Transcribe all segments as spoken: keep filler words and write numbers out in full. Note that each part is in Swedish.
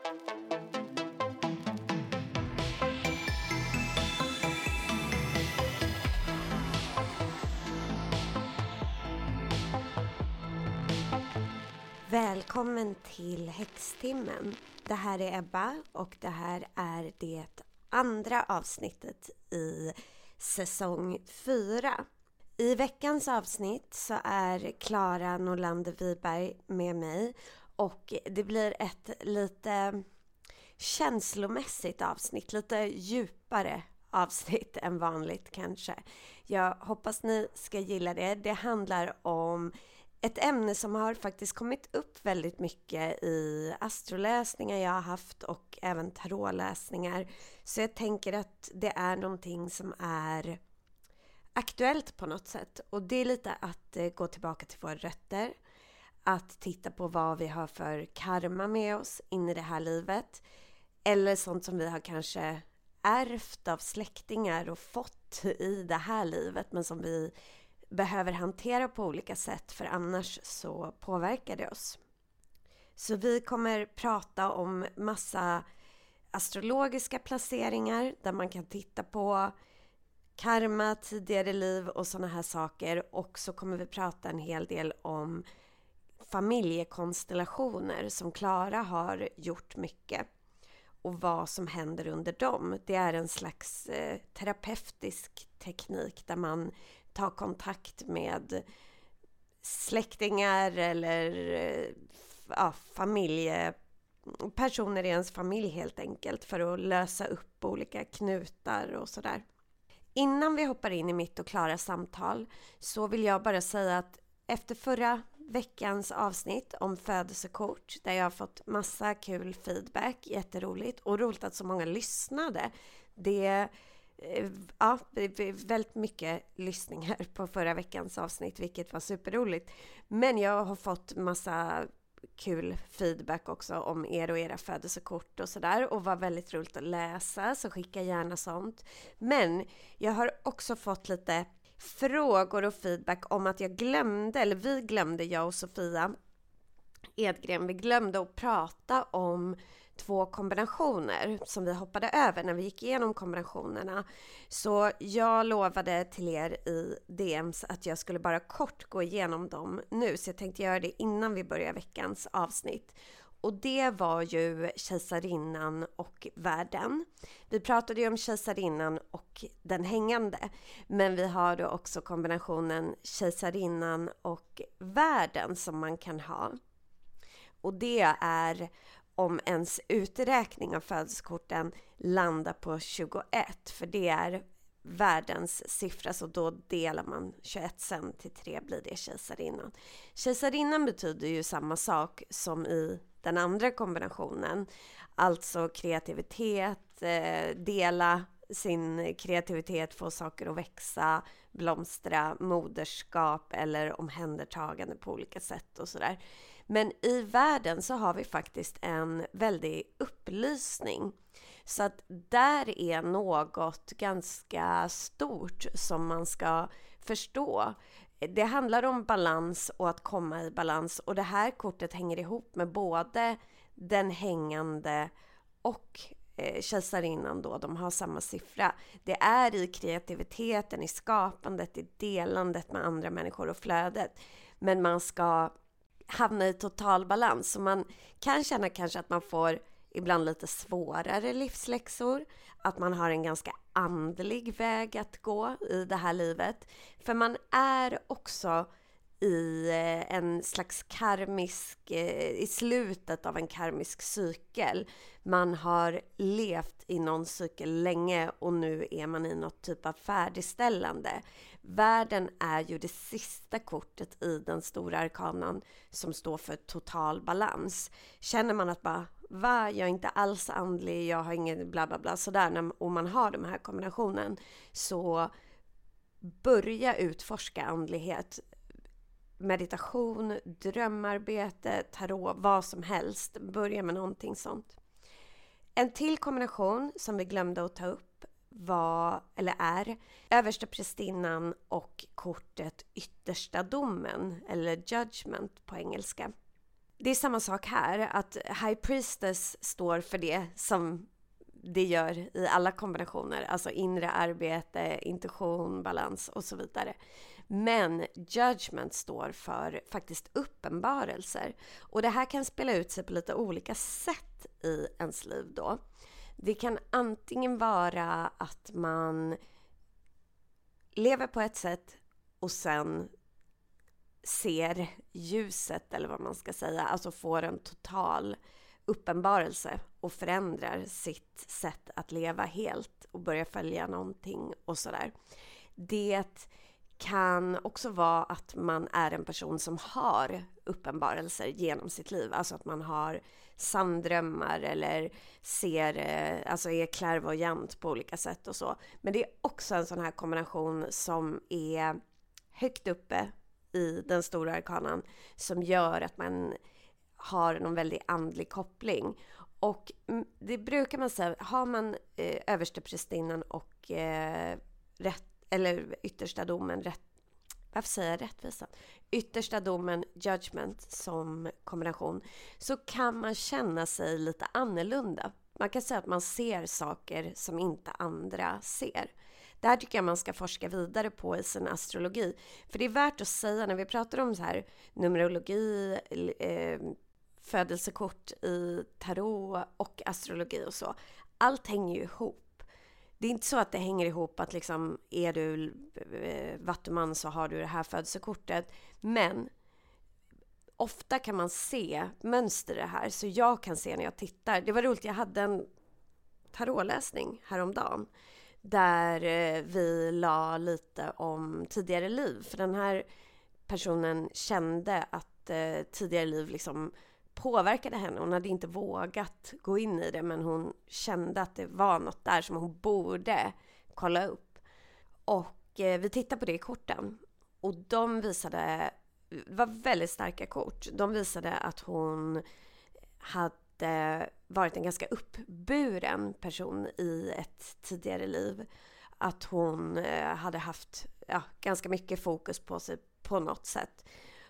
Välkommen till Häxtimmen. Det här är Ebba och det här är det andra avsnittet i säsong fyra. I veckans avsnitt så är Klara Norlander Wiberg med mig och det blir ett lite känslomässigt avsnitt, lite djupare avsnitt än vanligt kanske. Jag hoppas ni ska gilla det. Det handlar om ett ämne som har faktiskt kommit upp väldigt mycket i astroläsningar jag har haft och även tarotläsningar. Så jag tänker att det är någonting som är aktuellt på något sätt. Och det är lite att gå tillbaka till våra rötter. Att titta på vad vi har för karma med oss in i det här livet. Eller sånt som vi har kanske ärvt av släktingar och fått i det här livet. Men som vi behöver hantera på olika sätt, för annars så påverkar det oss. Så vi kommer prata om massa astrologiska placeringar där man kan titta på karma, tidigare liv och såna här saker. Och så kommer vi prata en hel del om familjekonstellationer som Klara har gjort mycket och vad som händer under dem. Det är en slags eh, terapeutisk teknik där man tar kontakt med släktingar eller ja, familje, personer i ens familj helt enkelt, för att lösa upp olika knutar och sådär. Innan vi hoppar in i mitt och Klaras samtal så vill jag bara säga att efter förra veckans avsnitt om födelsekort, där jag har fått massa kul feedback, jätteroligt och roligt att så många lyssnade. Det Ja, det är väldigt mycket lyssningar på förra veckans avsnitt, vilket var superroligt. Men jag har fått massa kul feedback också om er och era födelsekort och sådär. Och var väldigt roligt att läsa, så skicka gärna sånt. Men jag har också fått lite frågor och feedback om att jag glömde, eller vi glömde, jag och Sofia Edgren, vi glömde att prata om två kombinationer som vi hoppade över när vi gick igenom kombinationerna. Så jag lovade till er i D Ms att jag skulle bara kort gå igenom dem nu. Så jag tänkte göra det innan vi börjar veckans avsnitt. Och det var ju kejsarinnan och världen. Vi pratade ju om kejsarinnan och den hängande. Men vi har då också kombinationen kejsarinnan och världen som man kan ha. Och det är om ens uträkning av födelsekorten landar på tjugoett, för det är världens siffra, så då delar man tjugoett sen till tre, blir det kejsarinnan. Kejsarinnan betyder ju samma sak som i den andra kombinationen, alltså kreativitet, dela sin kreativitet, få saker att växa, blomstra, moderskap eller omhändertagande på olika sätt och sådär. Men i världen så har vi faktiskt en väldig upplysning. Så att där är något ganska stort som man ska förstå. Det handlar om balans och att komma i balans. Och det här kortet hänger ihop med både den hängande och kejsarinnan då. De har samma siffra. Det är i kreativiteten, i skapandet, i delandet med andra människor och flödet. Men man ska hamna i total balans. Så man kan känna kanske att man får ibland lite svårare livsläxor. Att man har en ganska andlig väg att gå i det här livet. För man är också i en slags karmisk, i slutet av en karmisk cykel. Man har levt i någon cykel länge och nu är man i något typ av färdigställande. Världen är ju det sista kortet i den stora arkanan som står för total balans. Känner man att bara, va, jag är inte alls andlig, jag har ingen bla bla bla sådär, och man har den här kombinationen, så börja utforska andlighet. Meditation, drömarbete, tarot, vad som helst. Börja med någonting sånt. En till kombination som vi glömde att ta upp var, eller är, översteprästinnan och kortet yttersta domen, eller judgment på engelska. det är samma sak här, att High Priestess står för det som det gör i alla kombinationer, alltså inre arbete, intuition, balans och så vidare. Men Judgment står för faktiskt uppenbarelser. Och det här kan spela ut sig på lite olika sätt i ens liv då. Det kan antingen vara att man lever på ett sätt och sen ser ljuset, eller vad man ska säga, alltså får en total uppenbarelse och förändrar sitt sätt att leva helt och börjar följa någonting och sådär. Det kan också vara att man är en person som har uppenbarelser genom sitt liv, alltså att man har sanndrömmar eller ser, alltså är klärvoajant på olika sätt och så. Men det är också en sån här kombination som är högt uppe i den stora arkanan, som gör att man har någon väldigt andlig koppling. Och det brukar man säga, har man eh, översteprästinnan och eh, rätt, eller yttersta domen, rätt, varför säger jag rättvisan? Yttersta domen, Judgment som kombination, så kan man känna sig lite annorlunda. Man kan säga att man ser saker som inte andra ser. Det här tycker jag man ska forska vidare på i sin astrologi. För det är värt att säga, när vi pratar om så här numerologi, eh, födelsekort i tarot och astrologi och så. Allt hänger ju ihop. Det är inte så att det hänger ihop att liksom, är du eh, vattuman så har du det här födelsekortet. Men ofta kan man se mönster i det här. Så jag kan se när jag tittar. Det var roligt, jag hade en tarotläsning häromdagen. Där eh, vi la lite om tidigare liv. För den här personen kände att eh, tidigare liv liksom påverkade henne. Hon hade inte vågat gå in i det, men hon kände att det var något där som hon borde kolla upp. Och eh, vi tittade på det i korten. Och de visade, det var väldigt starka kort. De visade att hon hade varit en ganska uppburen person i ett tidigare liv. Att hon eh, hade haft ja, ganska mycket fokus på sig på något sätt.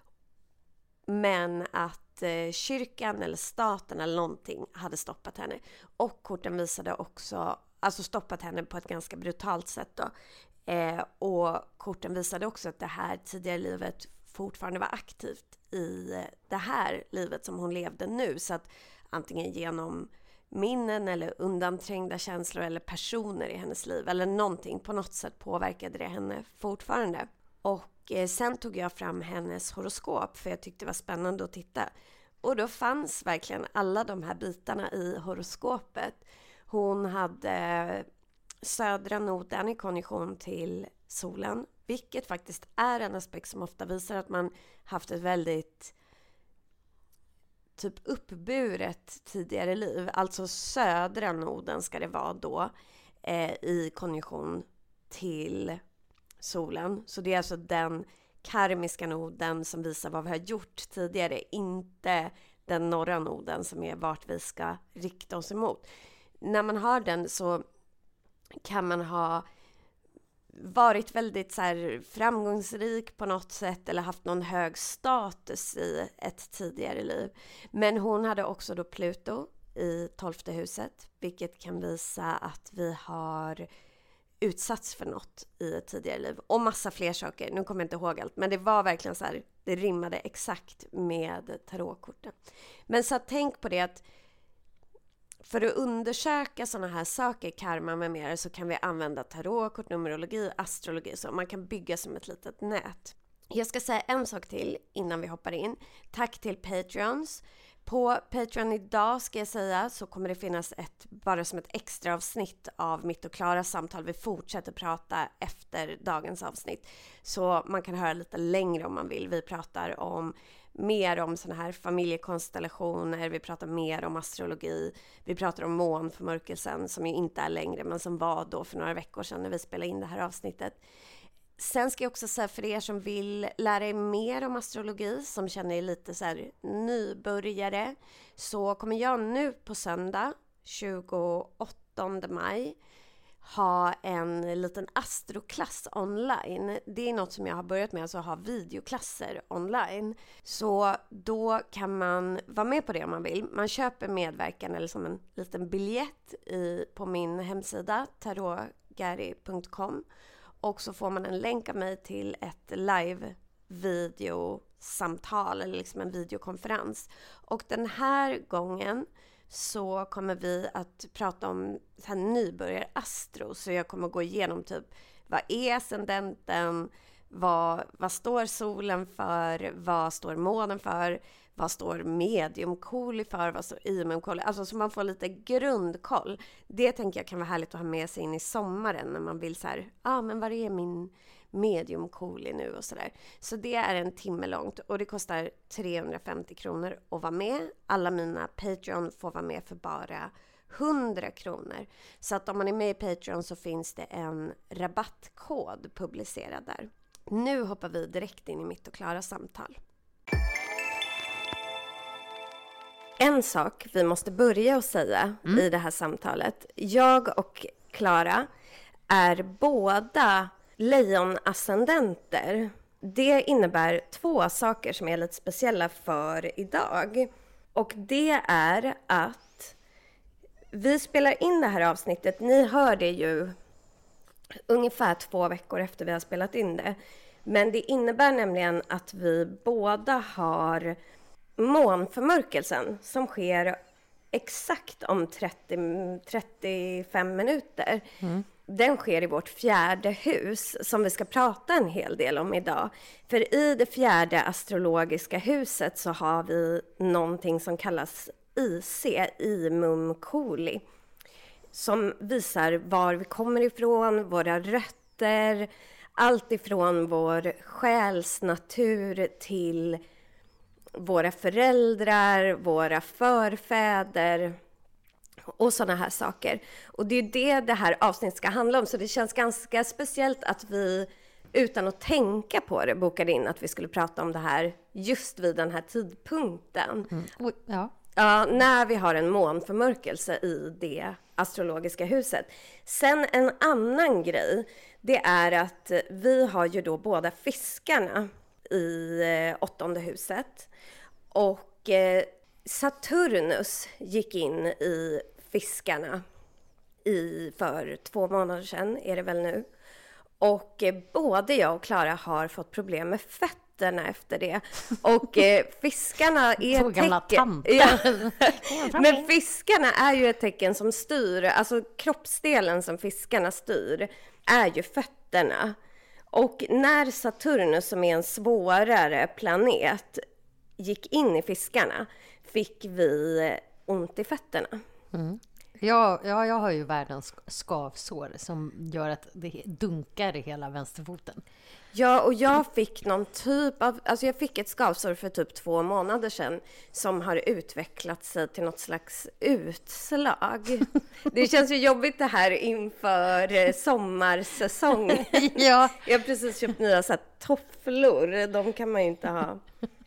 Men att eh, kyrkan eller staten eller någonting hade stoppat henne. Och korten visade också, alltså stoppat henne på ett ganska brutalt sätt då. Eh, och korten visade också att det här tidigare livet fortfarande var aktivt i det här livet som hon levde nu. Så att antingen genom minnen eller undanträngda känslor eller personer i hennes liv eller någonting på något sätt påverkade det henne fortfarande. Och eh, sen tog jag fram hennes horoskop för jag tyckte det var spännande att titta. Och då fanns verkligen alla de här bitarna i horoskopet. Hon hade södra noden i konjunktion till solen, vilket faktiskt är en aspekt som ofta visar att man haft ett väldigt typ uppburet tidigare liv. Alltså södra noden ska det vara då eh, i konjunktion till solen. Så det är alltså den karmiska noden som visar vad vi har gjort tidigare, inte den norra noden som är vart vi ska rikta oss emot. När man har den så kan man ha varit väldigt så här framgångsrik på något sätt eller haft någon hög status i ett tidigare liv. Men hon hade också då Pluto i tolfte huset, vilket kan visa att vi har utsatts för något i ett tidigare liv. Och massa fler saker, nu kommer jag inte ihåg allt, men det var verkligen så här, det rimmade exakt med tarotkorten. Men så tänk på det att för att undersöka sådana här saker, karma med mer, så kan vi använda tarotkort, numerologi, astrologi, så man kan bygga som ett litet nät. Jag ska säga en sak till innan vi hoppar in. Tack till Patreons. På Patreon idag ska jag säga så kommer det finnas ett, bara som ett extra avsnitt av mitt och Klaras samtal. Vi fortsätter prata efter dagens avsnitt. Så man kan höra lite längre om man vill. Vi pratar om mer om såna här familjekonstellationer. Vi pratar mer om astrologi. Vi pratar om månförmörkelsen som ju inte är längre men som var då för några veckor sedan när vi spelade in det här avsnittet. Sen ska jag också säga för er som vill lära er mer om astrologi, som känner er lite så här nybörjare, så kommer jag nu på söndag tjugoåttonde maj ha en liten astroklass online. Det är något som jag har börjat med, alltså ha videoklasser online. Så då kan man vara med på det om man vill. Man köper medverkan eller som en liten biljett i, på min hemsida tarotgary punkt com, och så får man en länk av mig till ett live videosamtal eller liksom en videokonferens. Och den här gången så kommer vi att prata om så här nybörjar-astro. Så jag kommer gå igenom typ, vad är ascendenten, vad, vad står solen för, vad står månen för, vad står mediumkoli för, vad står imumkoli, alltså så man får lite grundkoll. Det tänker jag kan vara härligt att ha med sig in i sommaren när man vill så här, ja ah, men vad är min mediumkoli nu och sådär. Så det är en timme långt och det kostar trehundrafemtio kronor att vara med. Alla mina Patreon får vara med för bara hundra kronor. Så att om man är med i Patreon så finns det en rabattkod publicerad där. Nu hoppar vi direkt in i mitt och Klaras samtal. En sak vi måste börja att säga mm. i det här samtalet. Jag och Klara är båda lejonascendenter. Det innebär två saker som är lite speciella för idag. Och det är att vi spelar in det här avsnittet. Ni hör det ju ungefär två veckor efter vi har spelat in det. Men det innebär nämligen att vi båda har månförmörkelsen som sker exakt om trettio till trettiofem minuter. Mm. Den sker i vårt fjärde hus som vi ska prata en hel del om idag. För i det fjärde astrologiska huset så har vi någonting som kallas I C, imumkoli. Som visar var vi kommer ifrån, våra rötter, allt ifrån vår själs natur till våra föräldrar, våra förfäder och sådana här saker. Och det är det det här avsnittet ska handla om. Så det känns ganska speciellt att vi utan att tänka på det bokade in att vi skulle prata om det här just vid den här tidpunkten. Mm. Oj, ja. Ja, när vi har en månförmörkelse i det astrologiska huset. Sen en annan grej, det är att vi har ju då båda fiskarna i åttonde huset. Och Saturnus gick in i fiskarna i, för två månader sedan, är det väl nu. Och både jag och Klara har fått problem med fötterna efter det. Och fiskarna är så gamla tecken... Ja. Men fiskarna är ju ett tecken som styr, alltså kroppsdelen som fiskarna styr är ju fötterna. Och när Saturnus, som är en svårare planet, gick in i fiskarna fick vi ont i fötterna. Mm. Ja, ja, jag har ju världens skavsår som gör att det dunkar i hela vänsterfoten. Ja, och jag fick någon typ av... Alltså jag fick ett skavsår för typ två månader sedan som har utvecklat sig till något slags utslag. Det känns ju jobbigt det här inför sommarsäsongen. Ja. Jag har precis köpt nya så här tofflor. De kan man ju inte ha.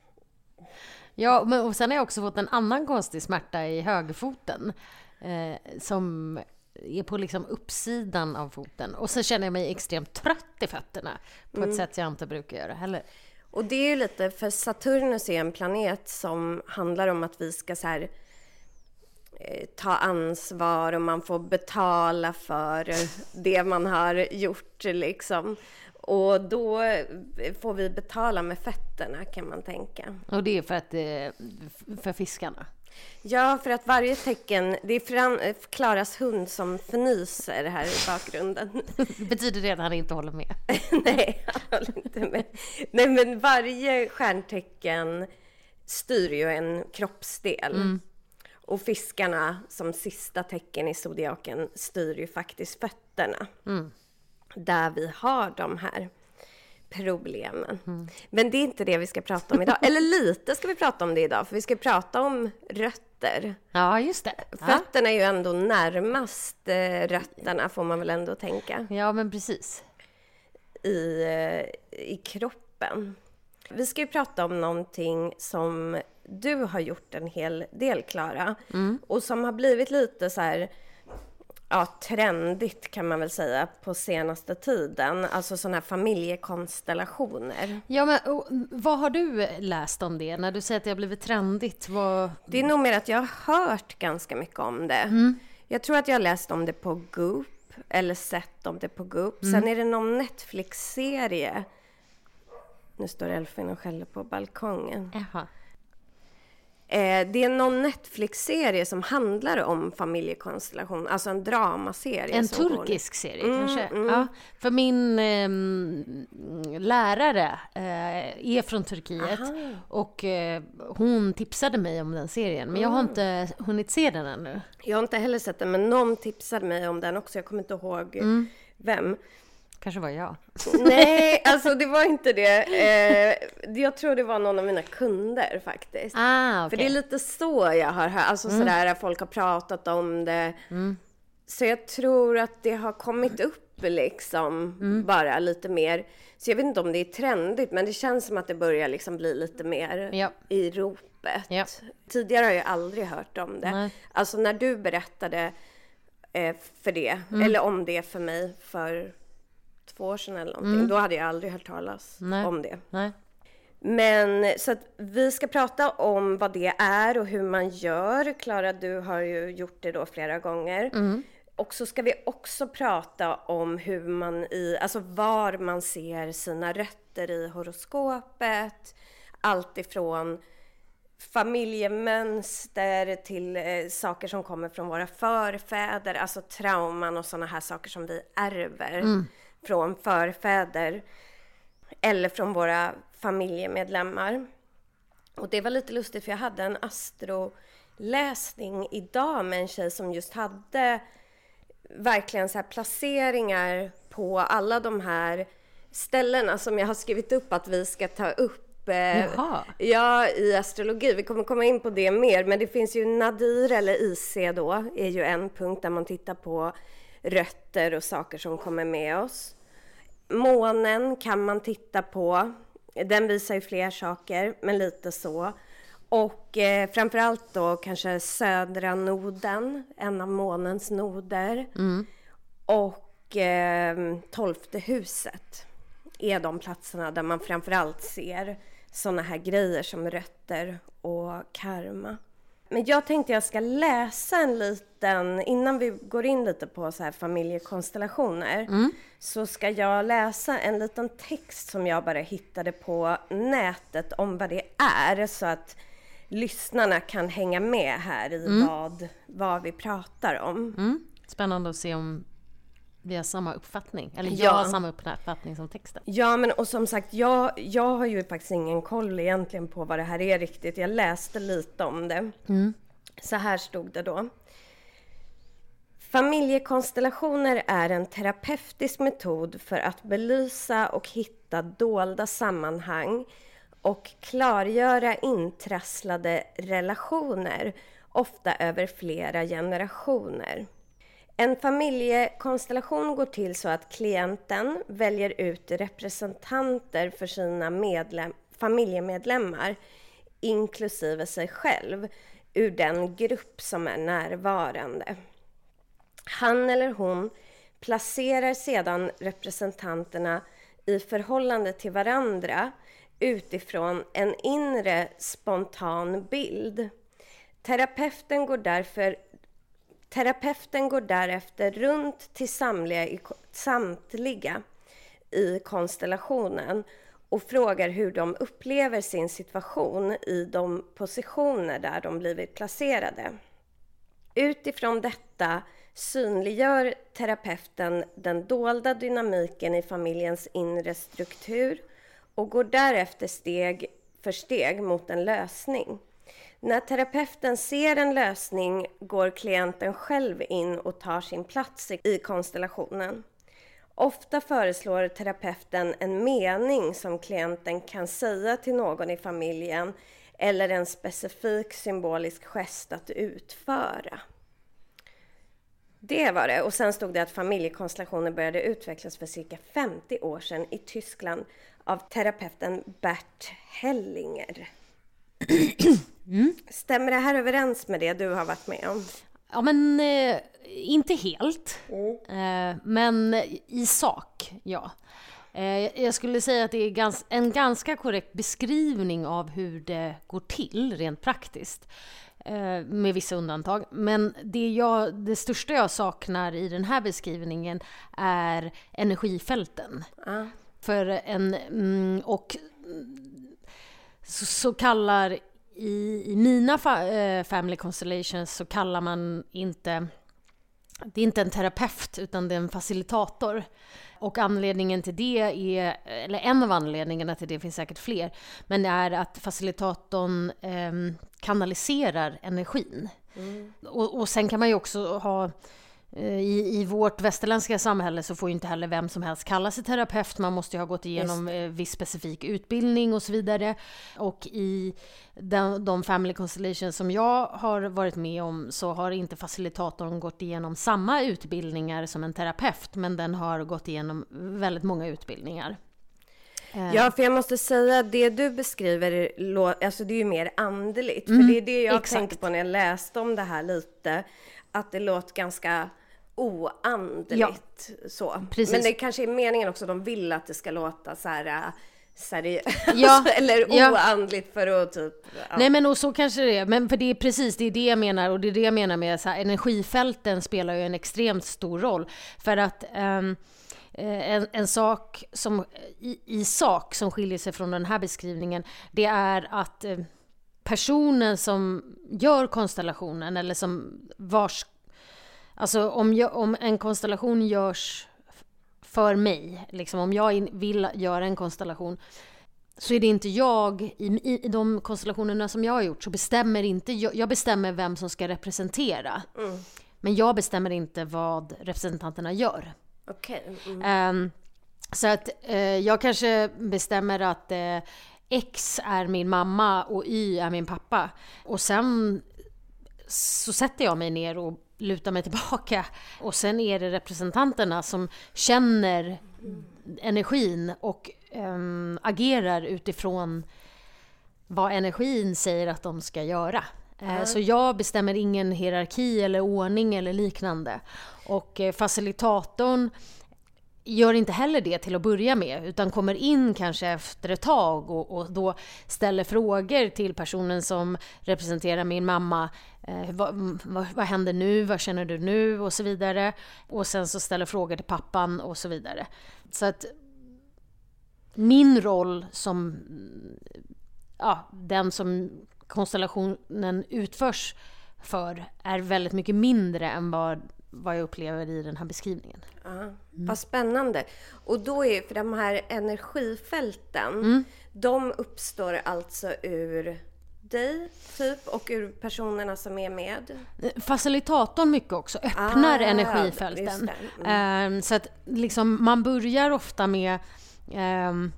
Ja, men och sen har jag också fått en annan konstig smärta i högerfoten. Eh, som är på liksom uppsidan av foten. Och så känner jag mig extremt trött i fötterna. På mm. ett sätt jag inte brukar göra heller. Och det är ju lite, för Saturnus är en planet som handlar om att vi ska så här, eh, ta ansvar och man får betala för det man har gjort liksom. Och då får vi betala med fötterna, kan man tänka. Och det är för att för fiskarna? Ja, för att varje tecken... Det är fram, Klaras hund som fnyser här i bakgrunden. Betyder det att han inte håller med? Nej, han håller inte med. Nej, men varje stjärntecken styr ju en kroppsdel. Mm. Och fiskarna som sista tecken i zodiaken styr ju faktiskt fötterna. Mm. Där vi har de här problemen. Mm. Men det är inte det vi ska prata om idag. Eller lite ska vi prata om det idag. För vi ska prata om rötter. Ja, just det. Fötterna är ju ändå närmast rötterna, får man väl ändå tänka. Ja, men precis. I, i kroppen. Vi ska ju prata om någonting som du har gjort en hel del, Klara. Mm. Och som har blivit lite så här... ja, trendigt kan man väl säga på senaste tiden. Alltså sådana här familjekonstellationer. Ja, men och, vad har du läst om det? När du säger att det har blivit trendigt, vad... Det är nog mer att jag har hört ganska mycket om det. Mm. Jag tror att jag har läst om det på Goop, eller sett om det på Goop. Mm. Sen är det någon Netflix-serie. Nu står Elfin och skäller på balkongen. Jaha. Eh, det är någon Netflix-serie som handlar om familjekonstellation. Alltså en dramaserie. En som turkisk går... serie mm, kanske? Mm. Ja, för min eh, lärare eh, är från Turkiet. Aha. Och eh, hon tipsade mig om den serien. Men jag har inte hunnit se den ännu. Jag har inte heller sett den, men någon tipsade mig om den också. Jag kommer inte ihåg mm. vem. Kanske var jag. Nej, alltså det var inte det. Eh, jag tror det var någon av mina kunder faktiskt. Ah, okay. För det är lite så jag har hört. Alltså mm. sådär, folk har pratat om det. Mm. Så jag tror att det har kommit upp liksom mm. bara lite mer. Så jag vet inte om det är trendigt, men det känns som att det börjar liksom bli lite mer ja. i ropet. Ja. Tidigare har jag aldrig hört om det. Nej. Alltså när du berättade eh, för det, mm. eller om det för mig för två år sedan eller någonting, mm. då hade jag aldrig hört talas Nej. om det. Nej. Men så att vi ska prata om vad det är och hur man gör. Klara, du har ju gjort det då flera gånger. Mm. Och så ska vi också prata om hur man i, alltså var man ser sina rötter i horoskopet. Allt ifrån familjemönster till eh, saker som kommer från våra förfäder. Alltså trauman och sådana här saker som vi ärver mm. från förfäder. Eller från våra familjemedlemmar. Och det var lite lustigt för jag hade en astroläsning idag med en tjej som just hade verkligen så här placeringar på alla de här ställena som jag har skrivit upp att vi ska ta upp. Jaha. Ja, i astrologi. Vi kommer komma in på det mer, men det finns ju Nadir eller I C då, är ju en punkt där man tittar på rötter och saker som kommer med oss. Månen kan man titta på. Den visar ju fler saker, men lite så. Och eh, framförallt då kanske södra noden, en av månens noder. Mm. Och eh, tolfte huset är de platserna där man framförallt ser såna här grejer som rötter och karma. Men jag tänkte jag ska läsa en liten, innan vi går in lite på så här familjekonstellationer, mm. så ska jag läsa en liten text som jag bara hittade på nätet om vad det är, så att lyssnarna kan hänga med här i mm. vad, vad vi pratar om. Mm. Spännande att se om vi har samma uppfattning, eller jag ja. har samma uppfattning som texten. Ja, men och som sagt, jag, jag har ju faktiskt ingen koll egentligen på vad det här är riktigt. Jag läste lite om det. Mm. Så här stod det då. Familjekonstellationer är en terapeutisk metod för att belysa och hitta dolda sammanhang och klargöra intrasslade relationer, ofta över flera generationer. En familjekonstellation går till så att klienten väljer ut representanter för sina medlem- familjemedlemmar, inklusive sig själv, ur den grupp som är närvarande. Han eller hon placerar sedan representanterna i förhållande till varandra utifrån en inre spontan bild. Terapeuten går därför Terapeuten går därefter runt till samtliga i, samtliga i konstellationen och frågar hur de upplever sin situation i de positioner där de blivit placerade. Utifrån detta synliggör terapeuten den dolda dynamiken i familjens inre struktur och går därefter steg för steg mot en lösning. När terapeuten ser en lösning går klienten själv in och tar sin plats i konstellationen. Ofta föreslår terapeuten en mening som klienten kan säga till någon i familjen eller en specifik symbolisk gest att utföra. Det var det. Och sen stod det att familjekonstellationer började utvecklas för cirka femtio år sedan i Tyskland av terapeuten Bert Hellinger. Mm. Stämmer det här överens med det du har varit med om? Ja, men eh, inte helt. Mm. Eh, men i sak, ja. Eh, jag skulle säga att det är gans- en ganska korrekt beskrivning av hur det går till rent praktiskt. Eh, med vissa undantag. Men det, jag, det största jag saknar i den här beskrivningen är energifälten. Mm. För en, mm, och så, så kallar i, i mina fa, eh, family constellations så kallar man inte, det är inte en terapeut utan det är en facilitator. Och anledningen till det är, eller en av anledningarna till det, finns säkert fler, men det är att facilitatorn eh, kanaliserar energin. Mm. Och, och sen kan man ju också ha, I, I vårt västerländska samhälle så får ju inte heller vem som helst kalla sig terapeut. Man måste ju ha gått igenom eh, viss specifik utbildning och så vidare. Och i den, de family constellations som jag har varit med om så har inte facilitatorn gått igenom samma utbildningar som en terapeut. Men den har gått igenom väldigt många utbildningar. Ja, för jag måste säga, det du beskriver, alltså det är ju mer andligt. Mm, för det är det jag exakt. tänkte på när jag läste om det här lite. Att det låter ganska oandligt. Ja, så. Precis. Men det kanske är meningen också, de vill att det ska låta så här seriöst. Ja, eller ja. oandligt för att typ... Ja. Nej, men och så kanske det är. Men för det är precis, det är det jag menar. Och det är det jag menar med så här, energifälten spelar ju en extremt stor roll. För att... Um, En, en sak som i, i sak som skiljer sig från den här beskrivningen, det är att eh, personen som gör konstellationen, eller som vars, alltså om, jag, om en konstellation görs för mig, liksom om jag in, vill göra en konstellation, så är det inte jag, i, i de konstellationerna som jag har gjort, så bestämmer inte jag, jag bestämmer vem som ska representera. Mm. Men jag bestämmer inte vad representanterna gör. Okay. Mm. Um, så att uh, jag kanske bestämmer att uh, X är min mamma och Y är min pappa. Och sen så sätter jag mig ner och lutar mig tillbaka. Och sen är det representanterna som känner mm. energin och um, agerar utifrån vad energin säger att de ska göra. Mm. Så jag bestämmer ingen hierarki eller ordning eller liknande. Och facilitatorn gör inte heller det till att börja med, utan kommer in kanske efter ett tag och, och då ställer frågor till personen som representerar min mamma. Eh, vad, vad, vad händer nu? Vad känner du nu? Och så vidare. Och sen så ställer frågor till pappan och så vidare. Så att min roll som ja, den som konstellationen utförs för är väldigt mycket mindre än vad, vad jag upplever i den här beskrivningen. Ja, mm. Vad spännande. Och då är för de här energifälten, mm. de uppstår alltså ur dig typ och ur personerna som är med? Facilitatorn mycket också öppnar ah, energifälten. Mm. Um, så att liksom man börjar ofta med um,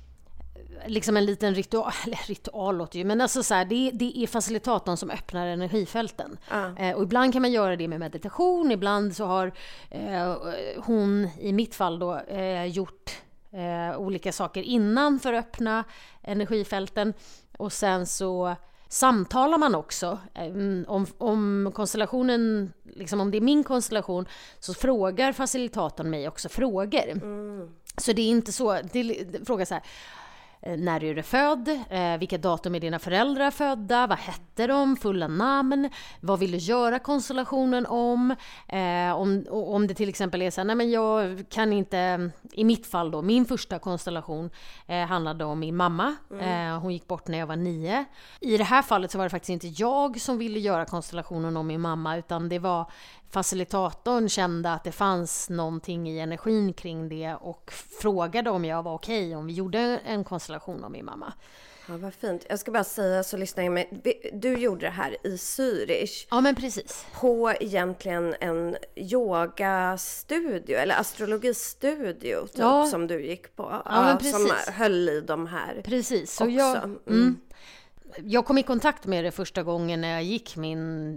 liksom en liten ritual, eller ritual låter ju, men alltså så här, det, det är facilitatorn som öppnar energifälten. Ah. Eh, och ibland kan man göra det med meditation, ibland så har eh, hon, i mitt fall då, eh, gjort eh, olika saker innan för att öppna energifälten. Och sen så samtalar man också eh, om, om konstellationen, liksom om det är min konstellation, så frågar facilitatorn mig också frågor. Mm. Så det är inte så, det, det frågar så här: när är du född? Eh, vilka datum är dina föräldrar födda? Vad hette de? Fulla namn? Vad vill du göra konstellationen om? Eh, om, om det till exempel är så här, nej men jag kan inte, i mitt fall då, min första konstellation eh, handlade om min mamma. Mm. Eh, hon gick bort när jag var nio. I det här fallet så var det faktiskt inte jag som ville göra konstellationen om min mamma, utan det var facilitatorn kände att det fanns någonting i energin kring det och frågade om jag var okej om vi gjorde en konstellation om min mamma. Ja, vad fint. Jag ska bara säga så lyssnar jag med. Du gjorde det här i Zürich. Ja, men precis. På egentligen en yogastudio eller astrologistudio typ, ja. Som du gick på. Ja, ja, men precis. Som höll i de här. Precis. Så jag, mm. Mm. jag kom i kontakt med det första gången när jag gick min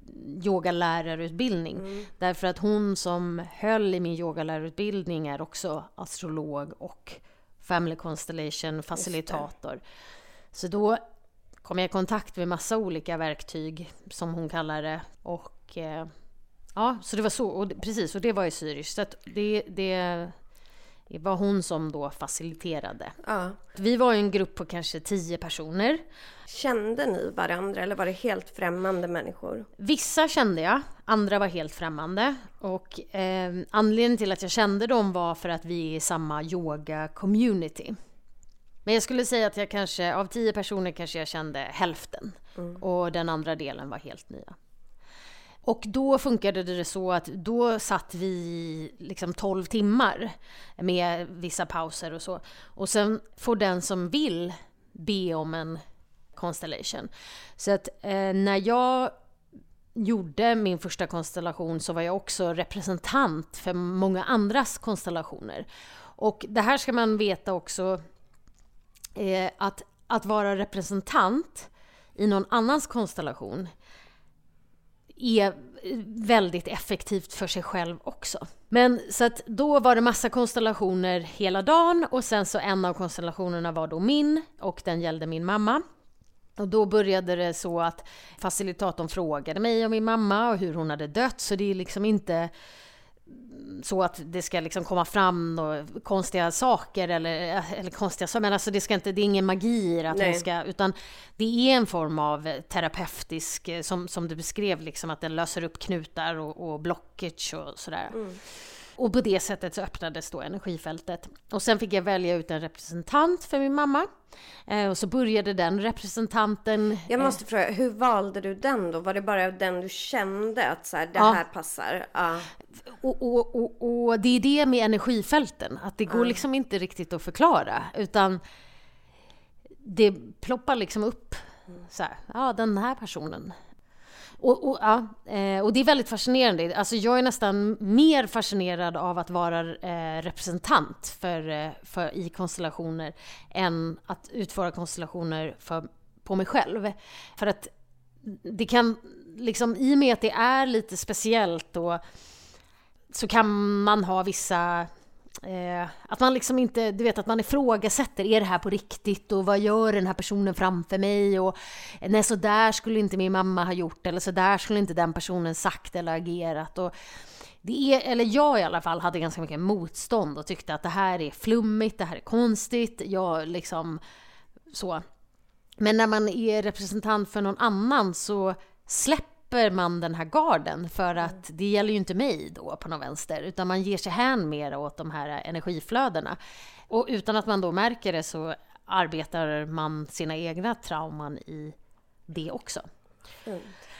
yogalärarutbildning. Mm. Därför att hon som höll i min yogalärarutbildning är också astrolog och family constellation facilitator. Så då kom jag i kontakt med massa olika verktyg som hon kallar det, och och eh, ja, så det var så, och det, precis, och det var i Zürich, så att det, det det var hon som då faciliterade. Ja. Vi var ju en grupp på kanske tio personer. Kände ni varandra eller var det helt främmande människor? Vissa kände jag, andra var helt främmande. Och eh, anledningen till att jag kände dem var för att vi är i samma yoga-community. Men jag skulle säga att jag kanske, av tio personer kanske jag kände hälften. Mm. Och den andra delen var helt nya. Och då funkade det så att då satt vi liksom tolv timmar med vissa pauser och så. Och sen får den som vill be om en constellation. Så att eh, när jag gjorde min första konstellation så var jag också representant för många andras konstellationer. Och det här ska man veta också, eh, att, att vara representant i någon annans konstellation är väldigt effektivt för sig själv också. Men så att då var det massa konstellationer hela dagen och sen så en av konstellationerna var då min och den gällde min mamma. Och då började det så att facilitatorn frågade mig om min mamma och hur hon hade dött, så det är liksom inte så att det ska liksom komma fram några konstiga saker eller, eller konstiga saker, men alltså det ska inte, det är ingen magi att hon ska, utan det är en form av terapeutisk, som, som du beskrev, liksom att den löser upp knutar och, och blockage och sådär. Mm. Och på det sättet så öppnades då energifältet. Och sen fick jag välja ut en representant för min mamma. Eh, och så började den representanten... Jag måste eh, fråga, hur valde du den då? Var det bara den du kände att så här, det ja. här passar? Ja. Och, och, och, och det är det med energifälten. Att det går ja. liksom inte riktigt att förklara. Utan det ploppar liksom upp. Så här, ja, den här personen... Och, och, ja, och det är väldigt fascinerande. Alltså jag är nästan mer fascinerad av att vara eh, representant för, för, i konstellationer än att utföra konstellationer för, på mig själv. För att det kan, liksom, i och med att det är lite speciellt då, så kan man ha vissa... Eh, att man liksom inte, du vet, att man ifrågasätter, är det här på riktigt och vad gör den här personen framför mig, och nej, så där skulle inte min mamma ha gjort, eller så där skulle inte den personen sagt eller agerat. Och det är, eller jag i alla fall hade ganska mycket motstånd och tyckte att det här är flummigt, det här är konstigt, jag liksom så. Men när man är representant för någon annan så släpper man den här garden, för att det gäller ju inte mig då på någon vänster, utan man ger sig hän mer åt de här energiflödena. Och utan att man då märker det så arbetar man sina egna trauman i det också. Mm.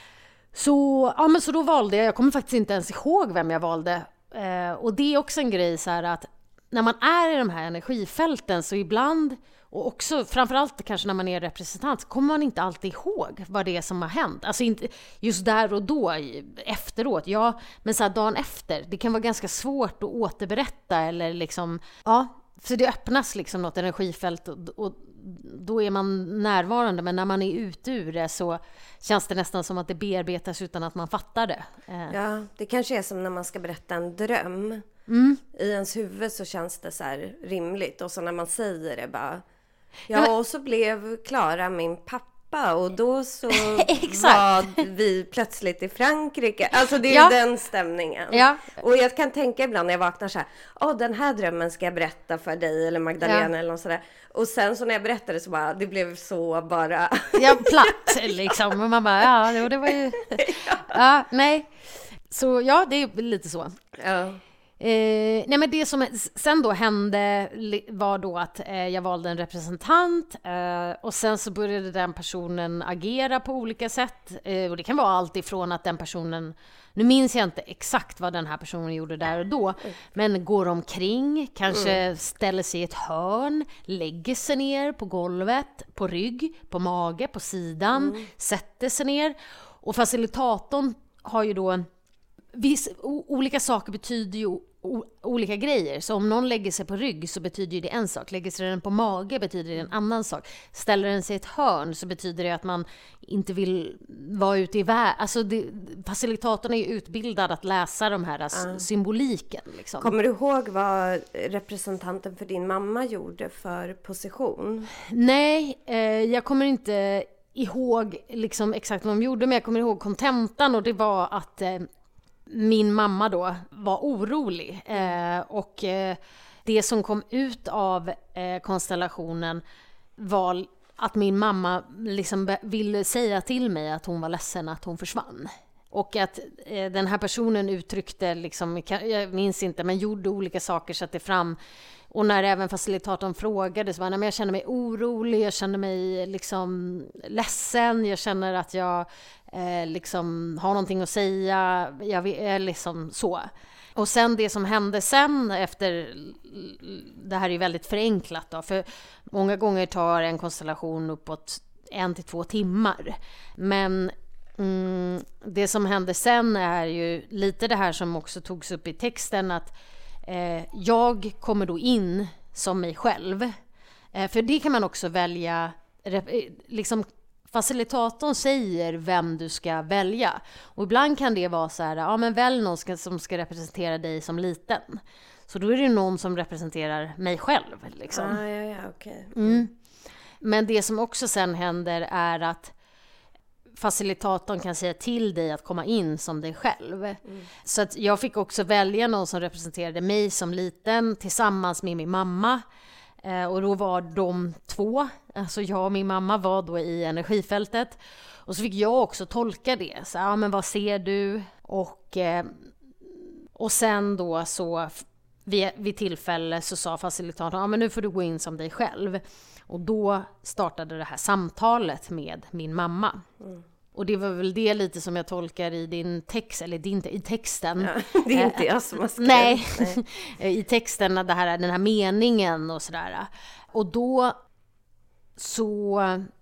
Så, ja, men så då valde jag, jag kommer faktiskt inte ens ihåg vem jag valde. Eh, och det är också en grej så här att när man är i de här energifälten så ibland, och också framförallt kanske när man är representant, så kommer man inte alltid ihåg vad det är som har hänt. Alltså inte just där och då, efteråt. Ja, men så här dagen efter. Det kan vara ganska svårt att återberätta eller liksom, ja, för det öppnas liksom något energifält och, och då är man närvarande. Men när man är ute ur det så känns det nästan som att det bearbetas utan att man fattar det. Ja, det kanske är som när man ska berätta en dröm. Mm. I ens huvud så känns det så här rimligt, och så när man säger det bara, ja, men... och så blev Klara min pappa och då så var vi plötsligt i Frankrike. Alltså det är ja. den stämningen. Ja. Och jag kan tänka ibland när jag vaknar så här, åh, den här drömmen ska jag berätta för dig eller Magdalena, ja. eller något sådär. Och sen så när jag berättade så bara, det blev så bara... ja, platt liksom. Och man bara, ja, det var ju... ja. ja, nej. Så ja, det är lite så. Ja. Eh, nej men det som sen då hände var då att eh, jag valde en representant eh, och sen så började den personen agera på olika sätt eh, och det kan vara allt ifrån att den personen, nu minns jag inte exakt vad den här personen gjorde där och då, men går omkring, kanske mm. ställer sig i ett hörn, lägger sig ner på golvet, på rygg, på mage, på sidan, mm. sätter sig ner, och facilitatorn har ju då Viss, o, olika saker betyder ju o, olika grejer. Så om någon lägger sig på rygg så betyder det en sak. Lägger sig den på mage betyder det en annan sak. Ställer den sig i ett hörn så betyder det att man inte vill vara ute i världen. Alltså det, facilitatorn är ju utbildad att läsa de här uh. symboliken. Liksom. Kommer du ihåg vad representanten för din mamma gjorde för position? Nej, eh, jag kommer inte ihåg liksom exakt vad de gjorde, men jag kommer ihåg kontentan, och det var att eh, min mamma då var orolig. Eh, och eh, det som kom ut av eh, konstellationen var att min mamma liksom ville säga till mig att hon var ledsen att hon försvann. Och att eh, den här personen uttryckte, liksom, jag minns inte, men gjorde olika saker så att det fram. Och när även facilitatorn frågade så var jag, jag känner mig orolig, jag känner mig liksom ledsen, jag känner att jag eh, liksom har någonting att säga, jag är liksom så. Och sen det som hände sen efter, det här är ju väldigt förenklat då, för många gånger tar en konstellation uppåt en till två timmar. Men mm, det som hände sen är ju lite det här som också togs upp i texten, att eh, jag kommer då in som mig själv. Eh, för det kan man också välja, liksom facilitatorn säger vem du ska välja. Och ibland kan det vara så här, ja men välj någon ska, som ska representera dig som liten. Så då är det någon som representerar mig själv. Liksom. Ah, ja, ja, okay. Mm. Men det som också sen händer är att facilitatorn kan säga till dig att komma in som dig själv. Mm. Så att jag fick också välja någon som representerade mig som liten tillsammans med min mamma. Eh, och då var de två, alltså jag och min mamma var då i energifältet. Och så fick jag också tolka det. Så, ja men vad ser du? Och, eh, och sen då så vid, vid tillfälle så sa facilitatorn, ja men nu får du gå in som dig själv. Och då startade det här samtalet med min mamma. Mm. Och det var väl det lite som jag tolkar i din text, eller din, i texten. Ja, det är inte jag som har skrivit. Nej, Nej. I texten, det här, den här meningen och sådär. Och då så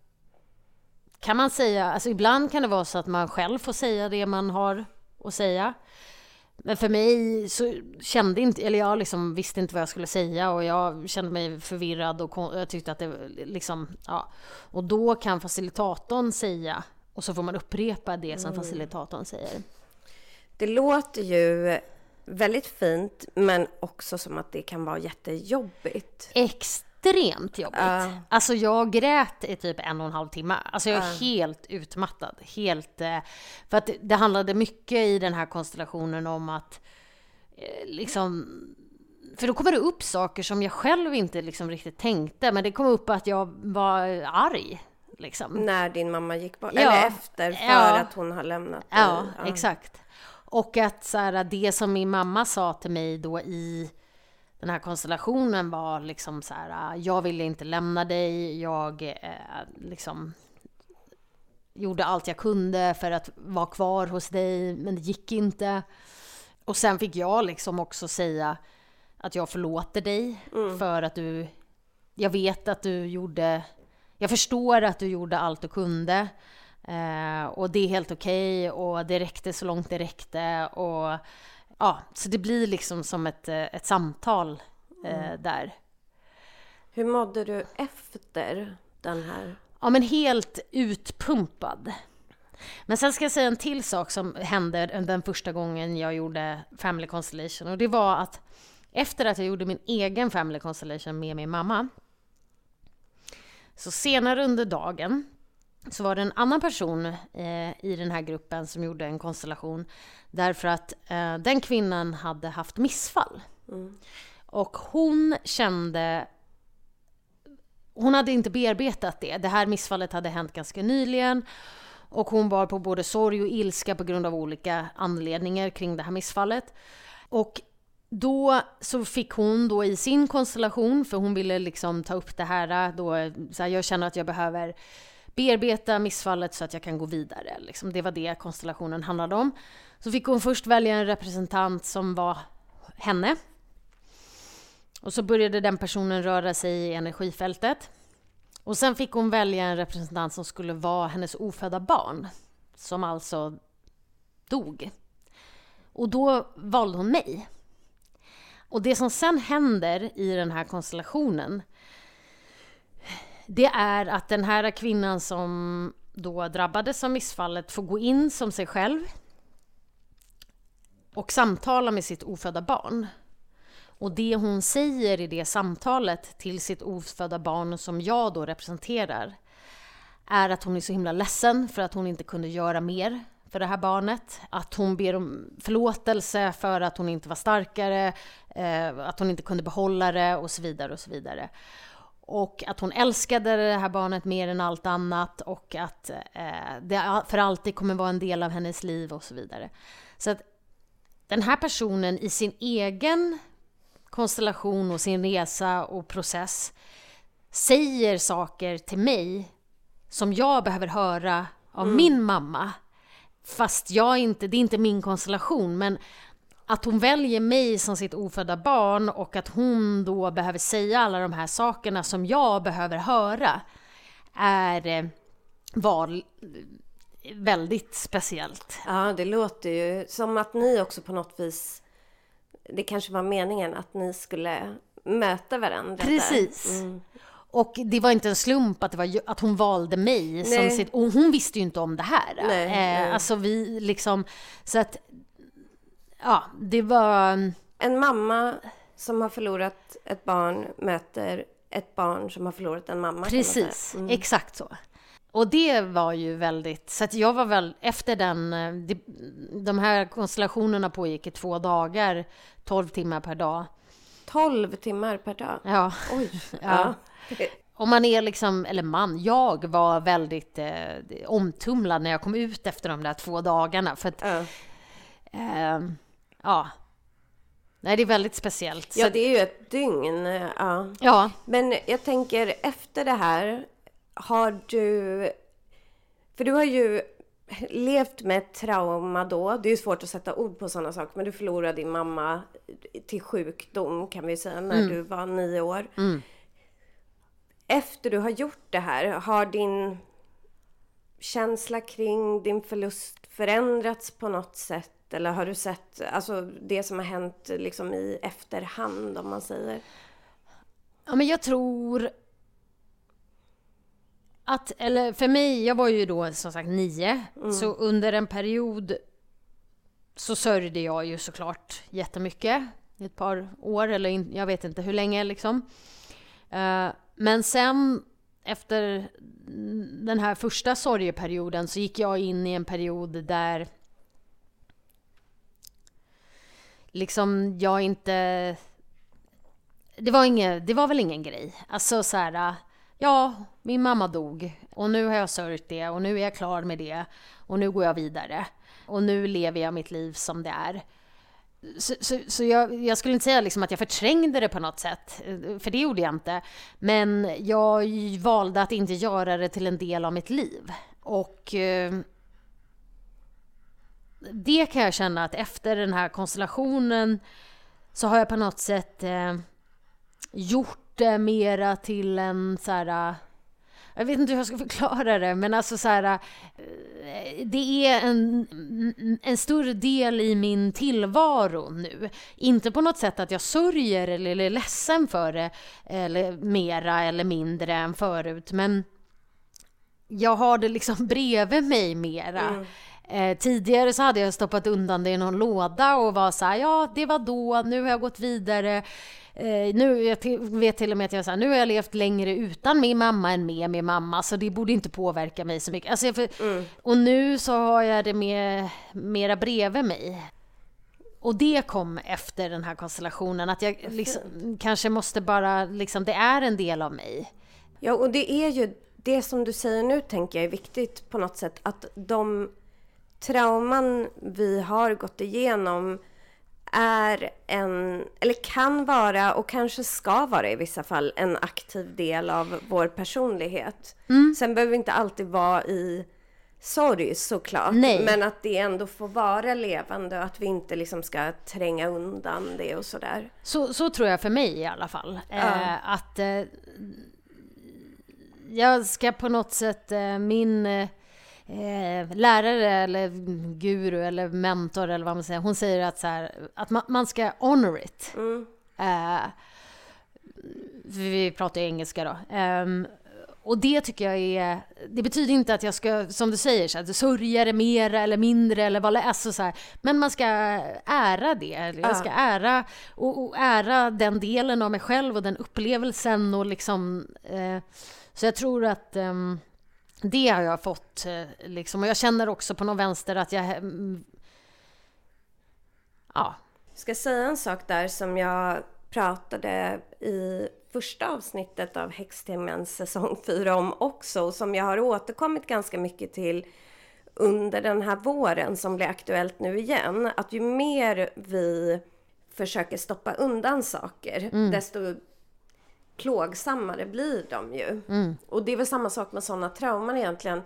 kan man säga, alltså ibland kan det vara så att man själv får säga det man har att säga. Men för mig så kände inte, eller jag liksom visste inte vad jag skulle säga, och jag kände mig förvirrad och jag tyckte att det liksom, ja. Och då kan facilitatorn säga, och så får man upprepa det som mm. facilitatorn säger. Det låter ju väldigt fint, men också som att det kan vara jättejobbigt. Extremt jobbigt. Uh. Alltså jag grät i typ en och en halv timme. Alltså jag är uh. helt utmattad. Helt, för att det, det handlade mycket i den här konstellationen om att liksom, för då kommer det upp saker som jag själv inte liksom riktigt tänkte, men det kom upp att jag var arg. Liksom. När din mamma gick bort, ja. eller efter, för ja. att hon har lämnat. Ja, ja, exakt. Och att så här, det som min mamma sa till mig då i den här konstellationen var liksom så här, jag ville inte lämna dig, jag eh, liksom gjorde allt jag kunde för att vara kvar hos dig, men det gick inte. Och sen fick jag liksom också säga att jag förlåter dig mm. för att du, jag vet att du gjorde, jag förstår att du gjorde allt du kunde. Eh, och det är helt okej, och det räckte så långt det räckte, och ja, så det blir liksom som ett, ett samtal eh, mm. där. Hur mådde du efter den här? Ja, men helt utpumpad. Men sen ska jag säga en till sak som hände den första gången jag gjorde Family Constellation, och det var att efter att jag gjorde min egen Family Constellation med min mamma, så senare under dagen så var det en annan person eh, i den här gruppen som gjorde en konstellation, därför att eh, den kvinnan hade haft missfall. Mm. Och hon kände, hon hade inte bearbetat det. Det här missfallet hade hänt ganska nyligen, och hon var på både sorg och ilska på grund av olika anledningar kring det här missfallet. Och då så fick hon då i sin konstellation, för hon ville liksom ta upp det här, då, så här, jag känner att jag behöver bearbeta missfallet så att jag kan gå vidare. Liksom, det var det konstellationen handlade om. Så fick hon först välja en representant som var henne. Och så började den personen röra sig i energifältet. Och sen fick hon välja en representant som skulle vara hennes ofödda barn, som alltså dog. Och då valde hon mig. Och det som sen händer i den här konstellationen, det är att den här kvinnan som då drabbades av missfallet får gå in som sig själv och samtala med sitt ofödda barn. Och det hon säger i det samtalet till sitt ofödda barn, som jag då representerar, är att hon är så himla ledsen för att hon inte kunde göra mer för det här barnet. Att hon ber om förlåtelse för att hon inte var starkare, eh, att hon inte kunde behålla det och så vidare och så vidare. Och att hon älskade det här barnet mer än allt annat och att eh, det för alltid kommer vara en del av hennes liv och så vidare. Så att den här personen i sin egen konstellation och sin resa och process säger saker till mig som jag behöver höra av mm. min mamma. Fast jag inte, det är inte min konstellation, men att hon väljer mig som sitt ofödda barn och att hon då behöver säga alla de här sakerna som jag behöver höra är var väldigt speciellt. Ja, det låter ju som att ni också på något vis, det kanske var meningen att ni skulle möta varandra. Precis. Mm. Och det var inte en slump att, det var, att hon valde mig. Nej. Som sitt, och hon visste ju inte om det här. Nej, eh, nej. Alltså vi liksom, så att, ja, det var... En mamma som har förlorat ett barn möter ett barn som har förlorat en mamma. Precis, mm. exakt så. Och det var ju väldigt, så att jag var väl, efter den, de, de här konstellationerna pågick i två dagar, tolv timmar per dag. tolv timmar per dag? Ja. Oj, ja. ja. Och man är liksom, eller man, jag var väldigt eh, omtumlad när jag kom ut efter de där två dagarna. För att, ja. Eh, ja. Nej, det är väldigt speciellt. Ja, så det är ju ett dygn. Ja. ja. Men jag tänker, efter det här, har du... För du har ju levt med ett trauma då. Det är ju svårt att sätta ord på sådana saker. Men du förlorade din mamma till sjukdom, kan vi säga, när mm. du var nio år. Mm. Efter du har gjort det här, har din känsla kring din förlust förändrats på något sätt? Eller har du sett alltså, det som har hänt liksom i efterhand, om man säger? Ja, men jag tror att, eller för mig, jag var ju då som sagt nio. Mm. Så under en period så sörjde jag ju såklart jättemycket. Ett par år, eller in, jag vet inte hur länge liksom. Uh, men sen efter den här första sorgeperioden så gick jag in i en period där liksom jag inte, det var inget, det var väl ingen grej. Alltså så här, ja, min mamma dog och nu har jag sörjt det och nu är jag klar med det och nu går jag vidare och nu lever jag mitt liv som det är. Så, så, så jag, jag skulle inte säga liksom att jag förträngde det på något sätt, för det gjorde jag inte. Men jag valde att inte göra det till en del av mitt liv. Och eh, det kan jag känna att efter den här konstellationen så har jag på något sätt eh, gjort det mera till en så här... Jag vet inte hur jag ska förklara det, men alltså så här, det är en, en större del i min tillvaro nu. Inte på något sätt att jag sörjer eller är ledsen för det, eller mera eller mindre än förut, men jag har det liksom bredvid mig mera. Mm. Eh, tidigare så hade jag stoppat undan det i någon låda och var så här, ja, det var då, nu har jag gått vidare. Eh, nu jag t- vet till och med att jag så här, nu har jag levt längre utan min mamma än med min mamma, så det borde inte påverka mig så mycket. Alltså, för, mm. Och nu så har jag det med, mera bredvid mig. Och det kom efter den här konstellationen, att jag liksom, kanske måste bara, liksom, det är en del av mig. Ja, och det är ju det som du säger nu, tänker jag är viktigt på något sätt, att de trauman vi har gått igenom är en, eller kan vara och kanske ska vara i vissa fall, en aktiv del av vår personlighet. Mm. Sen behöver vi inte alltid vara i sorg såklart. Nej. Men att det ändå får vara levande och att vi inte liksom ska tränga undan det och sådär. Så, så tror jag för mig i alla fall. Ja. Eh, att eh, jag ska på något sätt, eh, min... Eh, Eh, lärare eller guru eller mentor eller vad man säger, hon säger att, så här, att man, man ska honor it. Mm. Eh, vi pratar engelska då. Eh, och det tycker jag är, det betyder inte att jag ska, som du säger, så att sörja det mer eller mindre eller vad, alltså så här, men man ska ära det. Jag ska ära och, och ära den delen av mig själv och den upplevelsen och liksom, eh, så jag tror att eh, det har jag fått liksom, och jag känner också på någon vänster att jag ja. Ska jag säga en sak där som jag pratade i första avsnittet av Häxtimmen säsong fyra om också, och som jag har återkommit ganska mycket till under den här våren som blir aktuellt nu igen, att ju mer vi försöker stoppa undan saker, mm. desto plågsammare blir de ju. Mm. Och det är väl samma sak med sådana trauman egentligen.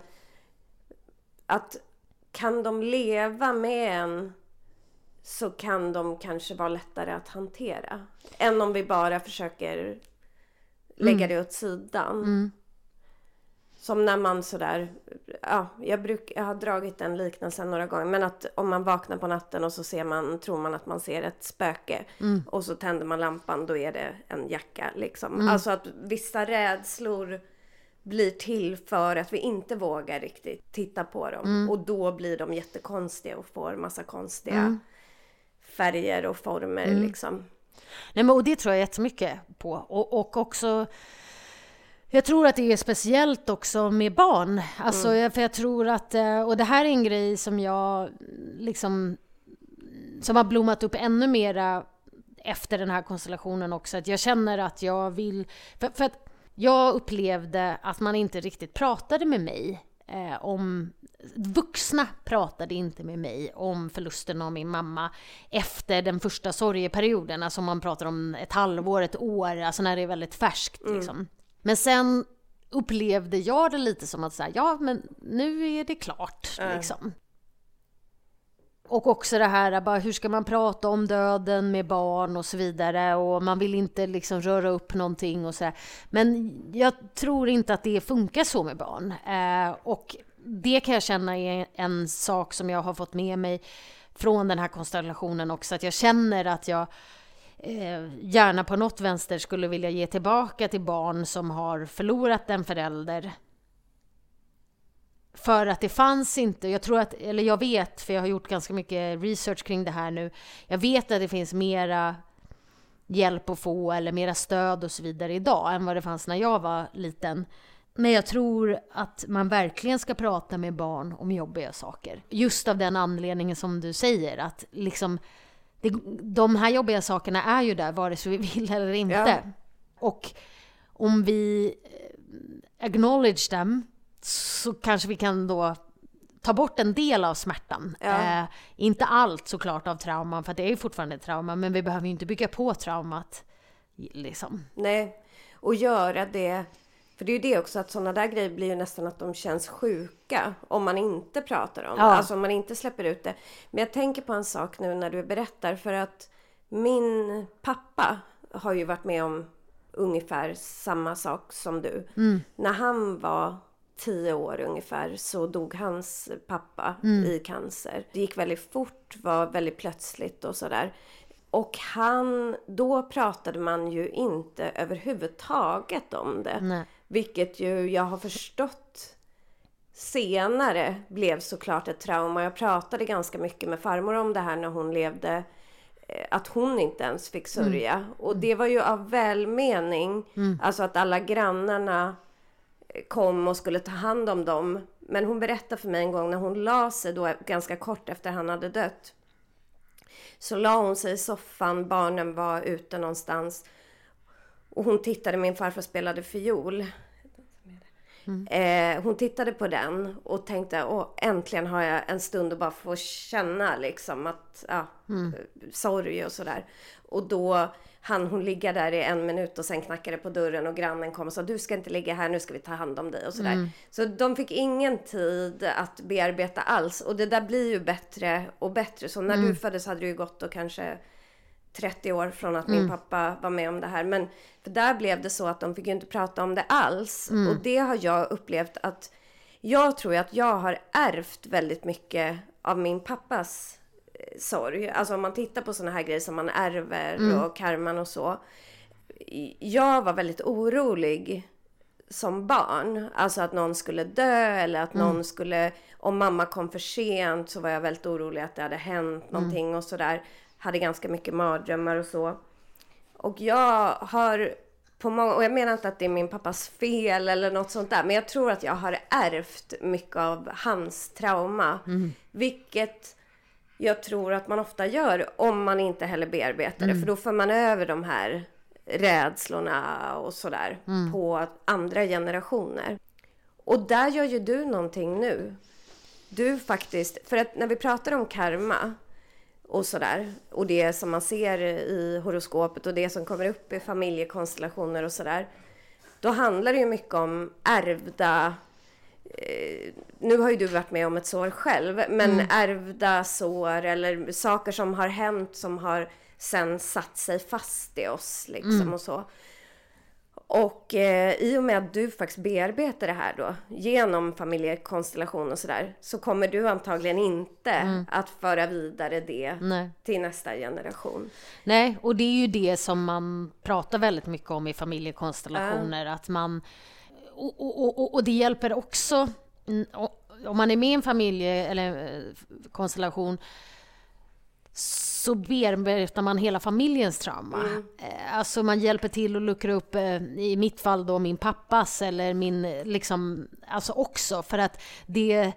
Att kan de leva med en, så kan de kanske vara lättare att hantera. Än om vi bara försöker lägga mm. det åt sidan. Mm. Som när man sådär, ja, jag, bruk, jag har dragit den liknelsen några gånger. Men att om man vaknar på natten och så ser man, tror man att man ser ett spöke. Mm. Och så tänder man lampan, då är det en jacka liksom. Mm. Alltså att vissa rädslor blir till för att vi inte vågar riktigt titta på dem. Mm. Och då blir de jättekonstiga och får massa konstiga mm. färger och former mm. liksom. Nej, men och det tror jag jättemycket på. Och, och också... Jag tror att det är speciellt också med barn. Alltså, mm. för jag tror att, och det här är en grej som jag liksom, som har blommat upp ännu mera efter den här konstellationen också. Att jag känner att jag vill, för, för att jag upplevde att man inte riktigt pratade med mig eh, om, vuxna pratade inte med mig om förlusten av min mamma efter den första sorgeperioden. Alltså man pratar om ett halvår, ett år, alltså när det är väldigt färskt mm. liksom. Men sen upplevde jag det lite som att säga, ja men nu är det klart mm. liksom. Och också det här, bara, hur ska man prata om döden med barn och så vidare, och man vill inte liksom röra upp någonting och så här. Men jag tror inte att det funkar så med barn. Eh, och det kan jag känna är en sak som jag har fått med mig från den här konstellationen också, att jag känner att jag Eh, gärna på något vänster skulle vilja ge tillbaka till barn som har förlorat en förälder. För att det fanns inte, jag tror att, eller jag vet, för jag har gjort ganska mycket research kring det här nu. Jag vet att det finns mera hjälp att få eller mera stöd och så vidare idag än vad det fanns när jag var liten. Men jag tror att man verkligen ska prata med barn om jobbiga saker. Just av den anledningen som du säger, att liksom Det, de här jobbiga sakerna är ju där vare sig vi vill eller inte. Ja. Och om vi acknowledge dem, så kanske vi kan då ta bort en del av smärtan. Ja. Eh, inte allt såklart av trauman, för det är ju fortfarande trauma, men vi behöver ju inte bygga på traumat liksom. Nej, och göra det. För det är ju det också, att sådana där grejer blir ju nästan att de känns sjuka om man inte pratar om det. Ja. Alltså om man inte släpper ut det. Men jag tänker på en sak nu när du berättar. För att min pappa har ju varit med om ungefär samma sak som du. Mm. När han var tio år ungefär så dog hans pappa mm. i cancer. Det gick väldigt fort, var väldigt plötsligt och sådär. Och han, då pratade man ju inte överhuvudtaget om det. Nej. Vilket ju jag har förstått senare blev såklart ett trauma. Jag pratade ganska mycket med farmor om det här när hon levde. Att hon inte ens fick sörja. Mm. Och det var ju av välmening. Mm. Alltså att alla grannarna kom och skulle ta hand om dem. Men hon berättade för mig en gång när hon la sig då ganska kort efter han hade dött. Så la hon sig i soffan, barnen var ute någonstans. Och hon tittade, min farfar spelade fiol. Mm. Eh, hon tittade på den och tänkte, åh, äntligen har jag en stund att bara få känna liksom att, ja, mm. sorg och sådär. Och då hann hon ligga där i en minut och sen knackade på dörren och grannen kom och sa, du ska inte ligga här, nu ska vi ta hand om dig och sådär. Mm. Så de fick ingen tid att bearbeta alls. Och det där blir ju bättre och bättre. Så när mm. du föddes hade det ju gått och kanske trettio år från att min mm. pappa var med om det här. Men för där blev det så att de fick ju inte prata om det alls. Mm. Och det har jag upplevt att jag tror att jag har ärvt väldigt mycket av min pappas eh, sorg. Alltså om man tittar på såna här grejer som man ärver mm. och karman och så. Jag var väldigt orolig som barn. Alltså att någon skulle dö eller att mm. någon skulle, om mamma kom för sent så var jag väldigt orolig att det hade hänt någonting mm. och sådär. Hade ganska mycket mardrömmar och så. Och jag har på många, och jag menar inte att det är min pappas fel eller något sånt där, men jag tror att jag har ärvt mycket av hans trauma. Mm. Vilket jag tror att man ofta gör om man inte heller bearbetar det. Mm. För då får man över de här rädslorna och sådär mm. på andra generationer. Och där gör ju du någonting nu. Du faktiskt, för att när vi pratar om karma och sådär, och det som man ser i horoskopet och det som kommer upp i familjekonstellationer och sådär, då handlar det ju mycket om ärvda, eh, nu har ju du varit med om ett sår själv, men mm. ärvda sår eller saker som har hänt som har sen satt sig fast i oss liksom mm. och så. Och eh, i och med att du faktiskt bearbetar det här då genom familjekonstellation och sådär, så kommer du antagligen inte mm. att föra vidare det Nej. Till nästa generation. Nej, och det är ju det som man pratar väldigt mycket om i familjekonstellationer, uh. att man och, och, och, och det hjälper också om man är med i en familje eller konstellation, så bearbetar man hela familjens trauma. Mm. Alltså man hjälper till att luckra upp, i mitt fall då min pappas eller min liksom, alltså också för att det,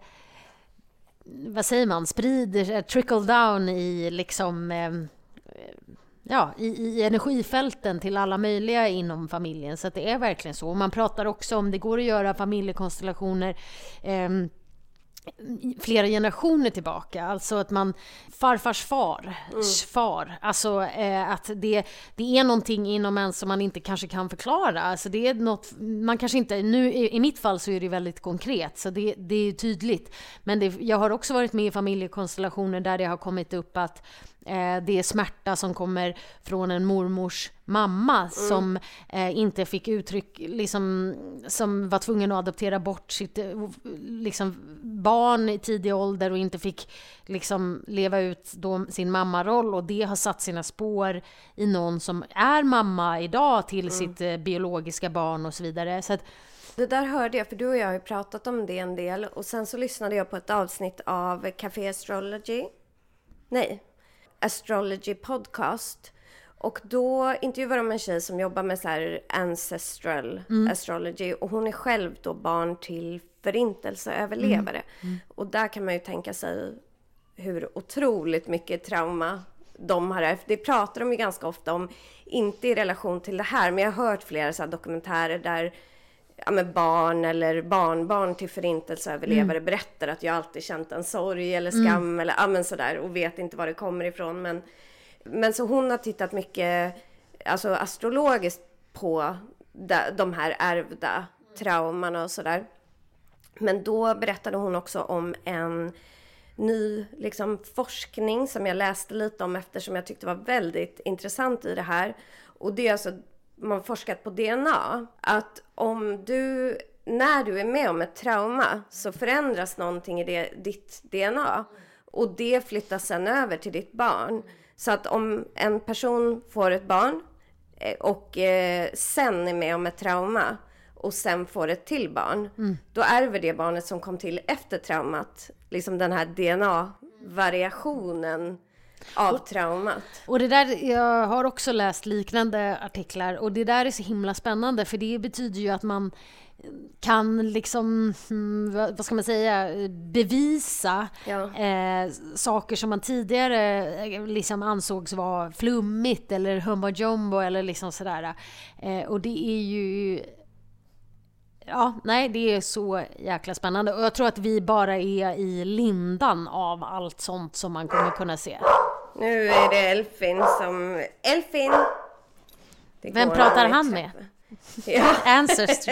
vad säger man, sprider, trickle down i liksom ja, i, i energifälten till alla möjliga inom familjen, så att det är verkligen så. Och man pratar också om det går att göra familjekonstellationer eh, flera generationer tillbaka, alltså att man farfars far, mm. far, alltså eh, att det, det är någonting inom en som man inte kanske kan förklara, alltså det är något, man kanske inte, nu i, i mitt fall så är det väldigt konkret, så det, det är tydligt, men det, jag har också varit med i familjekonstellationer där det har kommit upp att eh, det är smärta som kommer från en mormors mamma mm. som eh, inte fick uttryck, liksom, som var tvungen att adoptera bort sitt liksom, barn i tidig ålder och inte fick liksom, leva ut då sin mammaroll, och det har satt sina spår i någon som är mamma idag till mm. sitt eh, biologiska barn och så vidare. Så att, det där hörde jag, för du och jag har ju pratat om det en del, och sen så lyssnade jag på ett avsnitt av Café Astrology. Nej, Astrology Podcast. Och då intervjuar de en tjej som jobbar med så här ancestral mm. astrology. Och hon är själv då barn till förintelseöverlevare. Mm. Mm. Och där kan man ju tänka sig hur otroligt mycket trauma de har ärvt. Det pratar de ju ganska ofta om, inte i relation till det här. Men jag har hört flera så här dokumentärer där ja, med barn eller barnbarn till förintelseöverlevare mm. berättar att jag alltid känt en sorg eller skam mm. eller ja, men sådär, och vet inte var det kommer ifrån. Men Men så hon har tittat mycket alltså astrologiskt på de här ärvda traumorna och sådär. Men då berättade hon också om en ny liksom, forskning som jag läste lite om eftersom jag tyckte var väldigt intressant i det här. Och det är alltså, man har forskat på D N A. Att om du, när du är med om ett trauma så förändras någonting i det, ditt D N A. Och det flyttas sen över till ditt barn. Så att om en person får ett barn och eh, sen är med om ett trauma och sen får ett till barn, mm. då ärver det barnet som kom till efter traumat liksom den här D N A-variationen av traumat. Och det där, jag har också läst liknande artiklar, och det där är så himla spännande, för det betyder ju att man kan liksom, vad ska man säga, bevisa ja. eh, saker som man tidigare liksom ansågs vara flummigt eller humba jumbo eller liksom sådär. Eh, och det är ju, ja, nej, det är så jäkla spännande. Och jag tror att vi bara är i lindan av allt sånt som man kommer kunna se. Nu är det Elfin som, Elfin! Vem pratar han med? Ja. Ancestry.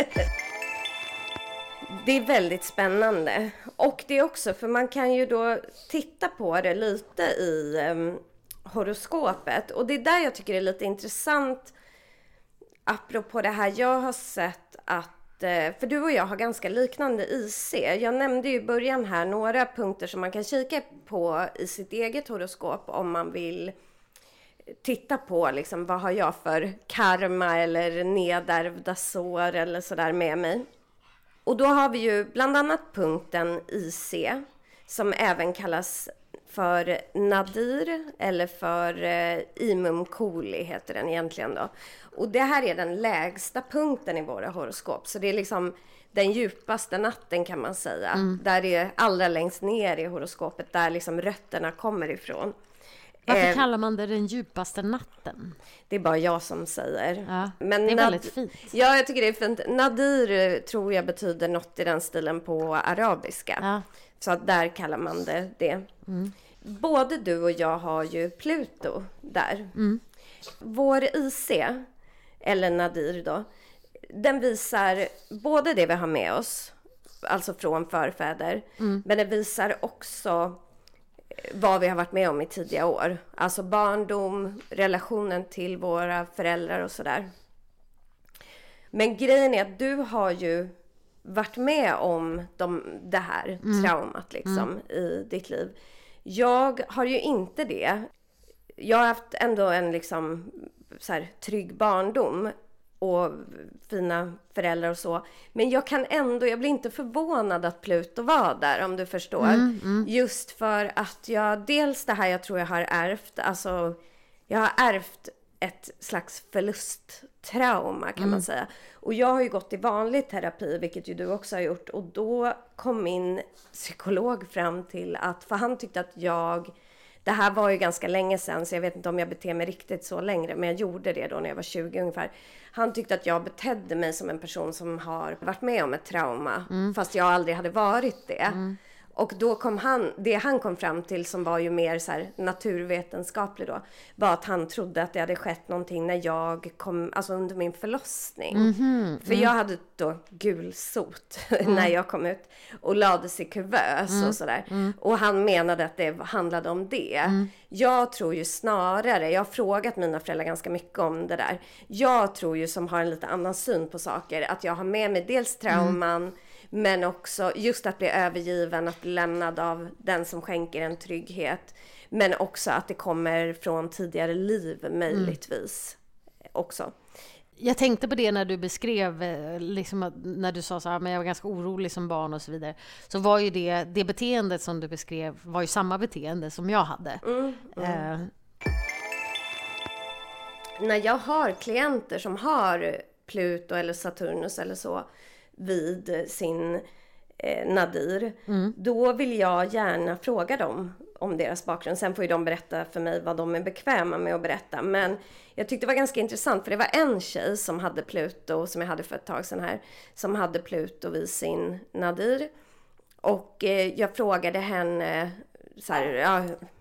Det är väldigt spännande. Och det är också, för man kan ju då titta på det lite i um, horoskopet. Och det är där jag tycker det är lite intressant. Apropå det här, jag har sett att, för du och jag har ganska liknande I C. Jag nämnde ju i början här några punkter som man kan kika på i sitt eget horoskop om man vill titta på liksom, vad har jag för karma eller nedärvda sår eller sådär med mig. Och då har vi ju bland annat punkten I C som även kallas för Nadir, eller för eh, Imum Coeli heter den egentligen då. Och det här är den lägsta punkten i våra horoskop. Så det är liksom den djupaste natten kan man säga. Mm. Där det är allra längst ner i horoskopet, där liksom rötterna kommer ifrån. Varför eh, kallar man det den djupaste natten? Det är bara jag som säger. Ja, men det är Nad- väldigt fint. Ja, jag tycker det är fint. Nadir tror jag betyder något i den stilen på arabiska. Ja. Så att där kallar man det det. Mm. Både du och jag har ju Pluto där. Mm. Vår I C, eller Nadir då, den visar både det vi har med oss, alltså från förfäder, mm. men den visar också vad vi har varit med om i tidiga år. Alltså barndom, relationen till våra föräldrar och sådär. Men grejen är att du har ju varit med om de, det här mm. traumat liksom mm. i ditt liv. Jag har ju inte det. Jag har haft ändå en liksom så här, trygg barndom och fina föräldrar och så. Men jag kan ändå, jag blir inte förvånad att Pluto var där, om du förstår. Mm, mm. Just för att jag, dels det här jag tror jag har ärvt, alltså jag har ärvt ett slags förlusttrauma kan mm. man säga. Och jag har ju gått i vanlig terapi, vilket ju du också har gjort. Och då kom min psykolog fram till att, för han tyckte att jag, det här var ju ganska länge sedan så jag vet inte om jag beter mig riktigt så längre, men jag gjorde det då när jag var tjugo ungefär. Han tyckte att jag betedde mig som en person som har varit med om ett trauma, mm. fast jag aldrig hade varit det. Mm. Och då kom han, det han kom fram till som var ju mer så här naturvetenskaplig då, var att han trodde att det hade skett någonting när jag kom, alltså under min förlossning. Mm-hmm. För mm. jag hade då gulsot mm. när jag kom ut och lades i kuvös mm. och sådär. Mm. Och han menade att det handlade om det. Mm. Jag tror ju snarare, jag har frågat mina föräldrar ganska mycket om det där. Jag tror ju, som har en lite annan syn på saker, att jag har med mig dels trauman, mm. men också just att bli övergiven, att bli lämnad av den som skänker en trygghet. Men också att det kommer från tidigare liv möjligtvis mm. också. Jag tänkte på det när du beskrev, liksom, när du sa så här, men jag var ganska orolig som barn och så vidare. Så var ju det, det beteendet som du beskrev var ju samma beteende som jag hade. Mm, mm. Uh. När jag har klienter som har Pluto eller Saturnus eller så vid sin eh, Nadir, mm. då vill jag gärna fråga dem om deras bakgrund. Sen får ju de berätta för mig vad de är bekväma med att berätta. Men jag tyckte det var ganska intressant, för det var en tjej som hade Pluto, som jag hade för ett tag sedan här, som hade Pluto vid sin Nadir. Och eh, jag frågade henne så här, ja...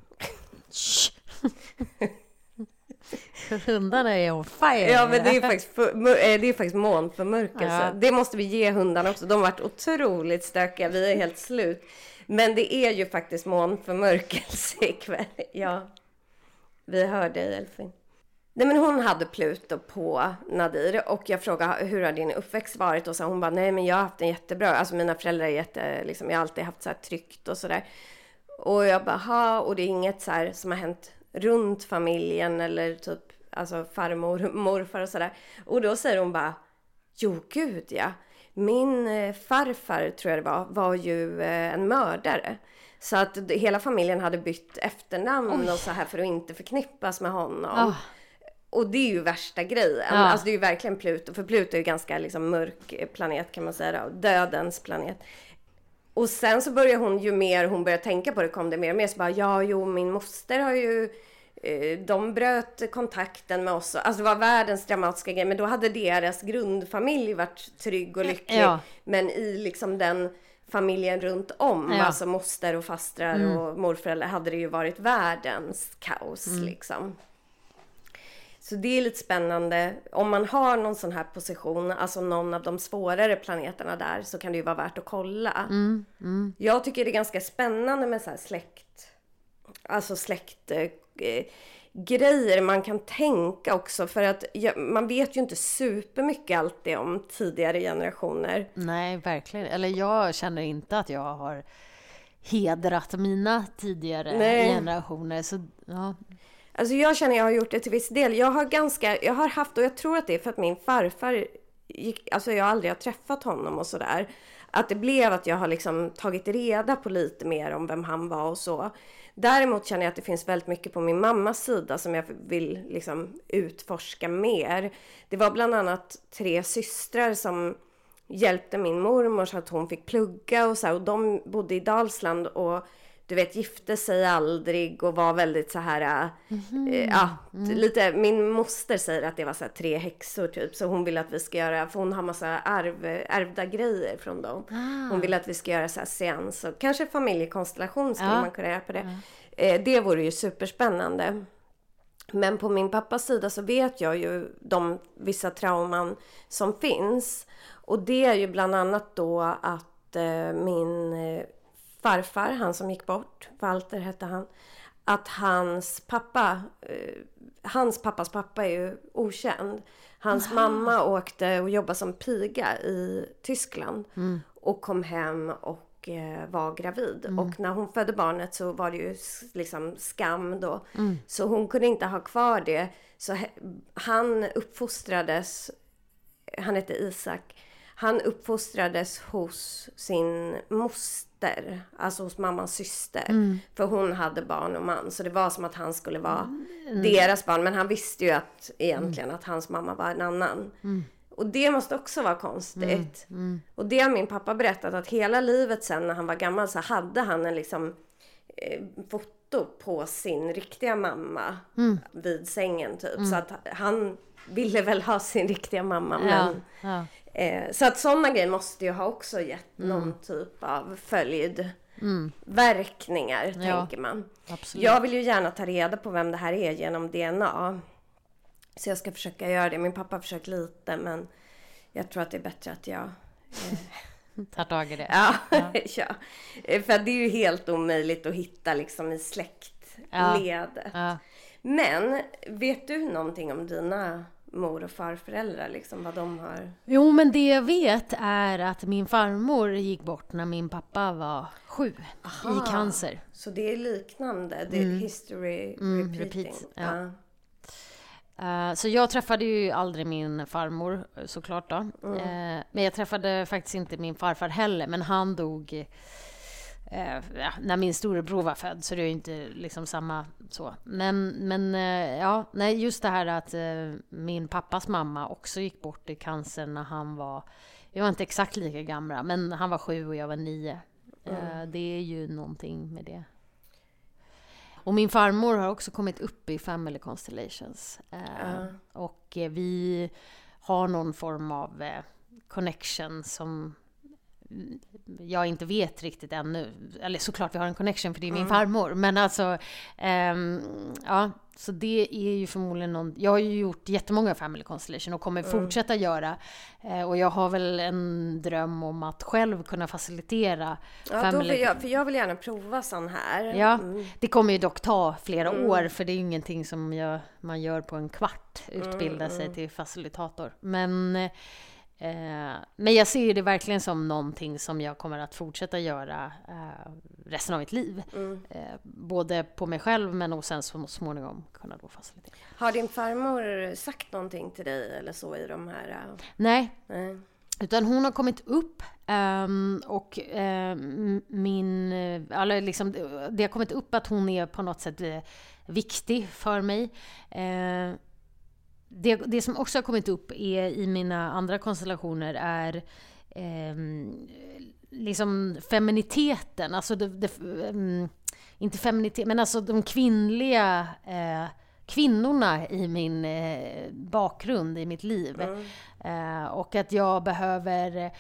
Hundarna är on fire. Ja, men det är faktiskt, för, det är faktiskt månförmörkelse. Ja. Det måste vi ge hundarna också. De har varit otroligt stökiga. Vi är helt slut. Men det är ju faktiskt månförmörkelse ikväll. Ja, vi hör dig, Elfin. Nej, men hon hade Pluto på Nadir. Och jag frågade, hur har din uppväxt varit? Och så hon bara, nej men jag har haft en jättebra. Alltså mina föräldrar är jätte, liksom, jag har alltid haft så här tryggt och sådär. Och jag bara, ha, och det är inget så här som har hänt runt familjen eller typ alltså farmor, morfar och sådär. Och då säger hon bara, jo gud ja, min eh, farfar tror jag det var, var ju eh, en mördare. Så att hela familjen hade bytt efternamn Oj. och så här för att inte förknippas med honom. Oh. Och det är ju värsta grejen. Ja. Alltså det är ju verkligen Pluto, för Pluto är ju ganska liksom mörk planet kan man säga, dödens planet. Och sen så börjar hon, ju mer hon börjar tänka på det, kom det mer och mer. Så bara, ja, jo, min moster har ju, eh, de bröt kontakten med oss. Alltså det var världens dramatiska grej. Men då hade deras grundfamilj varit trygg och lycklig. Ja. Men i liksom den familjen runt om, ja. alltså moster och fastrar mm. och morföräldrar, hade det ju varit världens kaos mm. liksom. Så det är lite spännande. Om man har någon sån här position, alltså någon av de svårare planeterna där, så kan det ju vara värt att kolla. Mm, mm. Jag tycker det är ganska spännande med så här släkt, alltså släkt eh, grejer man kan tänka också. För att ja, man vet ju inte supermycket alltid om tidigare generationer. Nej, verkligen. Eller jag känner inte att jag har hedrat mina tidigare Nej. generationer. Så ja... Alltså jag känner att jag har gjort det till viss del. Jag har ganska, jag har haft, och jag tror att det är för att min farfar gick, alltså jag aldrig har träffat honom och sådär. Att det blev att jag har liksom tagit reda på lite mer om vem han var och så. Däremot känner jag att det finns väldigt mycket på min mammas sida som jag vill liksom utforska mer. Det var bland annat tre systrar som hjälpte min mormor så att hon fick plugga och så här, och de bodde i Dalsland och du vet, gifte sig aldrig och var väldigt så här, mm-hmm. eh, ja, mm. lite, min moster säger att det var så här tre häxor typ, så hon vill att vi ska göra, för hon har massa arv, ärvda grejer från dem. Ah. Hon vill att vi ska göra så här seans och kanske familjekonstellation skulle ja. man kunna göra på det. Ja. Eh, det vore ju superspännande. Men på min pappas sida så vet jag ju de vissa trauman som finns. Och det är ju bland annat då att eh, min eh, farfar, han som gick bort, Walter hette han, att hans pappa, eh, hans pappas pappa är ju okänd. Hans Aha. mamma åkte och jobbade som piga i Tyskland mm. och kom hem och eh, var gravid. Mm. Och när hon födde barnet så var det ju liksom skam då. Mm. Så hon kunde inte ha kvar det. Så he, han uppfostrades, han hette Isak, han uppfostrades hos sin moster, alltså hos mammas syster. Mm. För hon hade barn och man. Så det var som att han skulle vara mm. deras barn. Men han visste ju att egentligen mm. att hans mamma var en annan. Mm. Och det måste också vara konstigt. Mm. Mm. Och det har min pappa berättat, att hela livet sen när han var gammal så hade han en liksom eh, foto på sin riktiga mamma mm. vid sängen typ. Mm. Så att han ville väl ha sin riktiga mamma. Men... Ja. Ja. Eh, så att sådana grejer måste ju ha också gett mm. någon typ av följd mm. verkningar, ja, tänker man. Absolut. Jag vill ju gärna ta reda på vem det här är genom D N A. Så jag ska försöka göra det. Min pappa har försökt lite, men jag tror att det är bättre att jag eh... tar tag i det. Ja, ja. ja. För det är ju helt omöjligt att hitta liksom i släktledet. Ja. Ja. Men vet du någonting om dina mor- och farföräldrar, liksom vad de har? Jo, men det jag vet är att min farmor gick bort när min pappa var sju. Aha, i cancer. Så det är liknande, det är mm. history mm, repeating. Repeat, ja. Ja. Uh, så jag träffade ju aldrig min farmor, såklart då. Mm. Uh, men jag träffade faktiskt inte min farfar heller, men han dog Uh, ja, när min storebror var född, så det är ju inte liksom samma så. Men, men uh, ja, nej, just det här att uh, min pappas mamma också gick bort i cancer när han var, jag var inte exakt lika gamla, men han var sju och jag var nio. Mm. Uh, det är ju någonting med det. Och min farmor har också kommit upp i Family Constellations. Uh, mm. Och uh, vi har någon form av uh, connection som jag inte vet riktigt ännu. Eller såklart vi har en connection, för det är min mm. farmor. Men alltså, um, ja, så det är ju förmodligen någon... Jag har ju gjort jättemånga Family Constellation och kommer mm. fortsätta göra. Uh, och jag har väl en dröm om att själv kunna facilitera ja, family... Då vill jag, för jag vill gärna prova sån här. Ja, mm. det kommer ju dock ta flera mm. år, för det är ingenting som jag, man gör på en kvart, utbilda mm. sig till facilitator. Men... Eh, men jag ser det verkligen som någonting som jag kommer att fortsätta göra eh, resten av mitt liv. Mm. Eh, både på mig själv, men och sen så småningom kunna då facilitera. Har din farmor sagt någonting till dig eller så i de här? Uh... Nej. Nej. Utan hon har kommit upp um, och um, min, eller liksom, det har kommit upp att hon är på något sätt uh, viktig för mig. Uh, Det, det som också har kommit upp är, i mina andra konstellationer är eh, liksom feminiteten, alltså det, det, um, inte feminitet, men alltså de kvinnliga eh, kvinnorna i min eh, bakgrund, i mitt liv. Mm. Eh, och att jag behöver eh,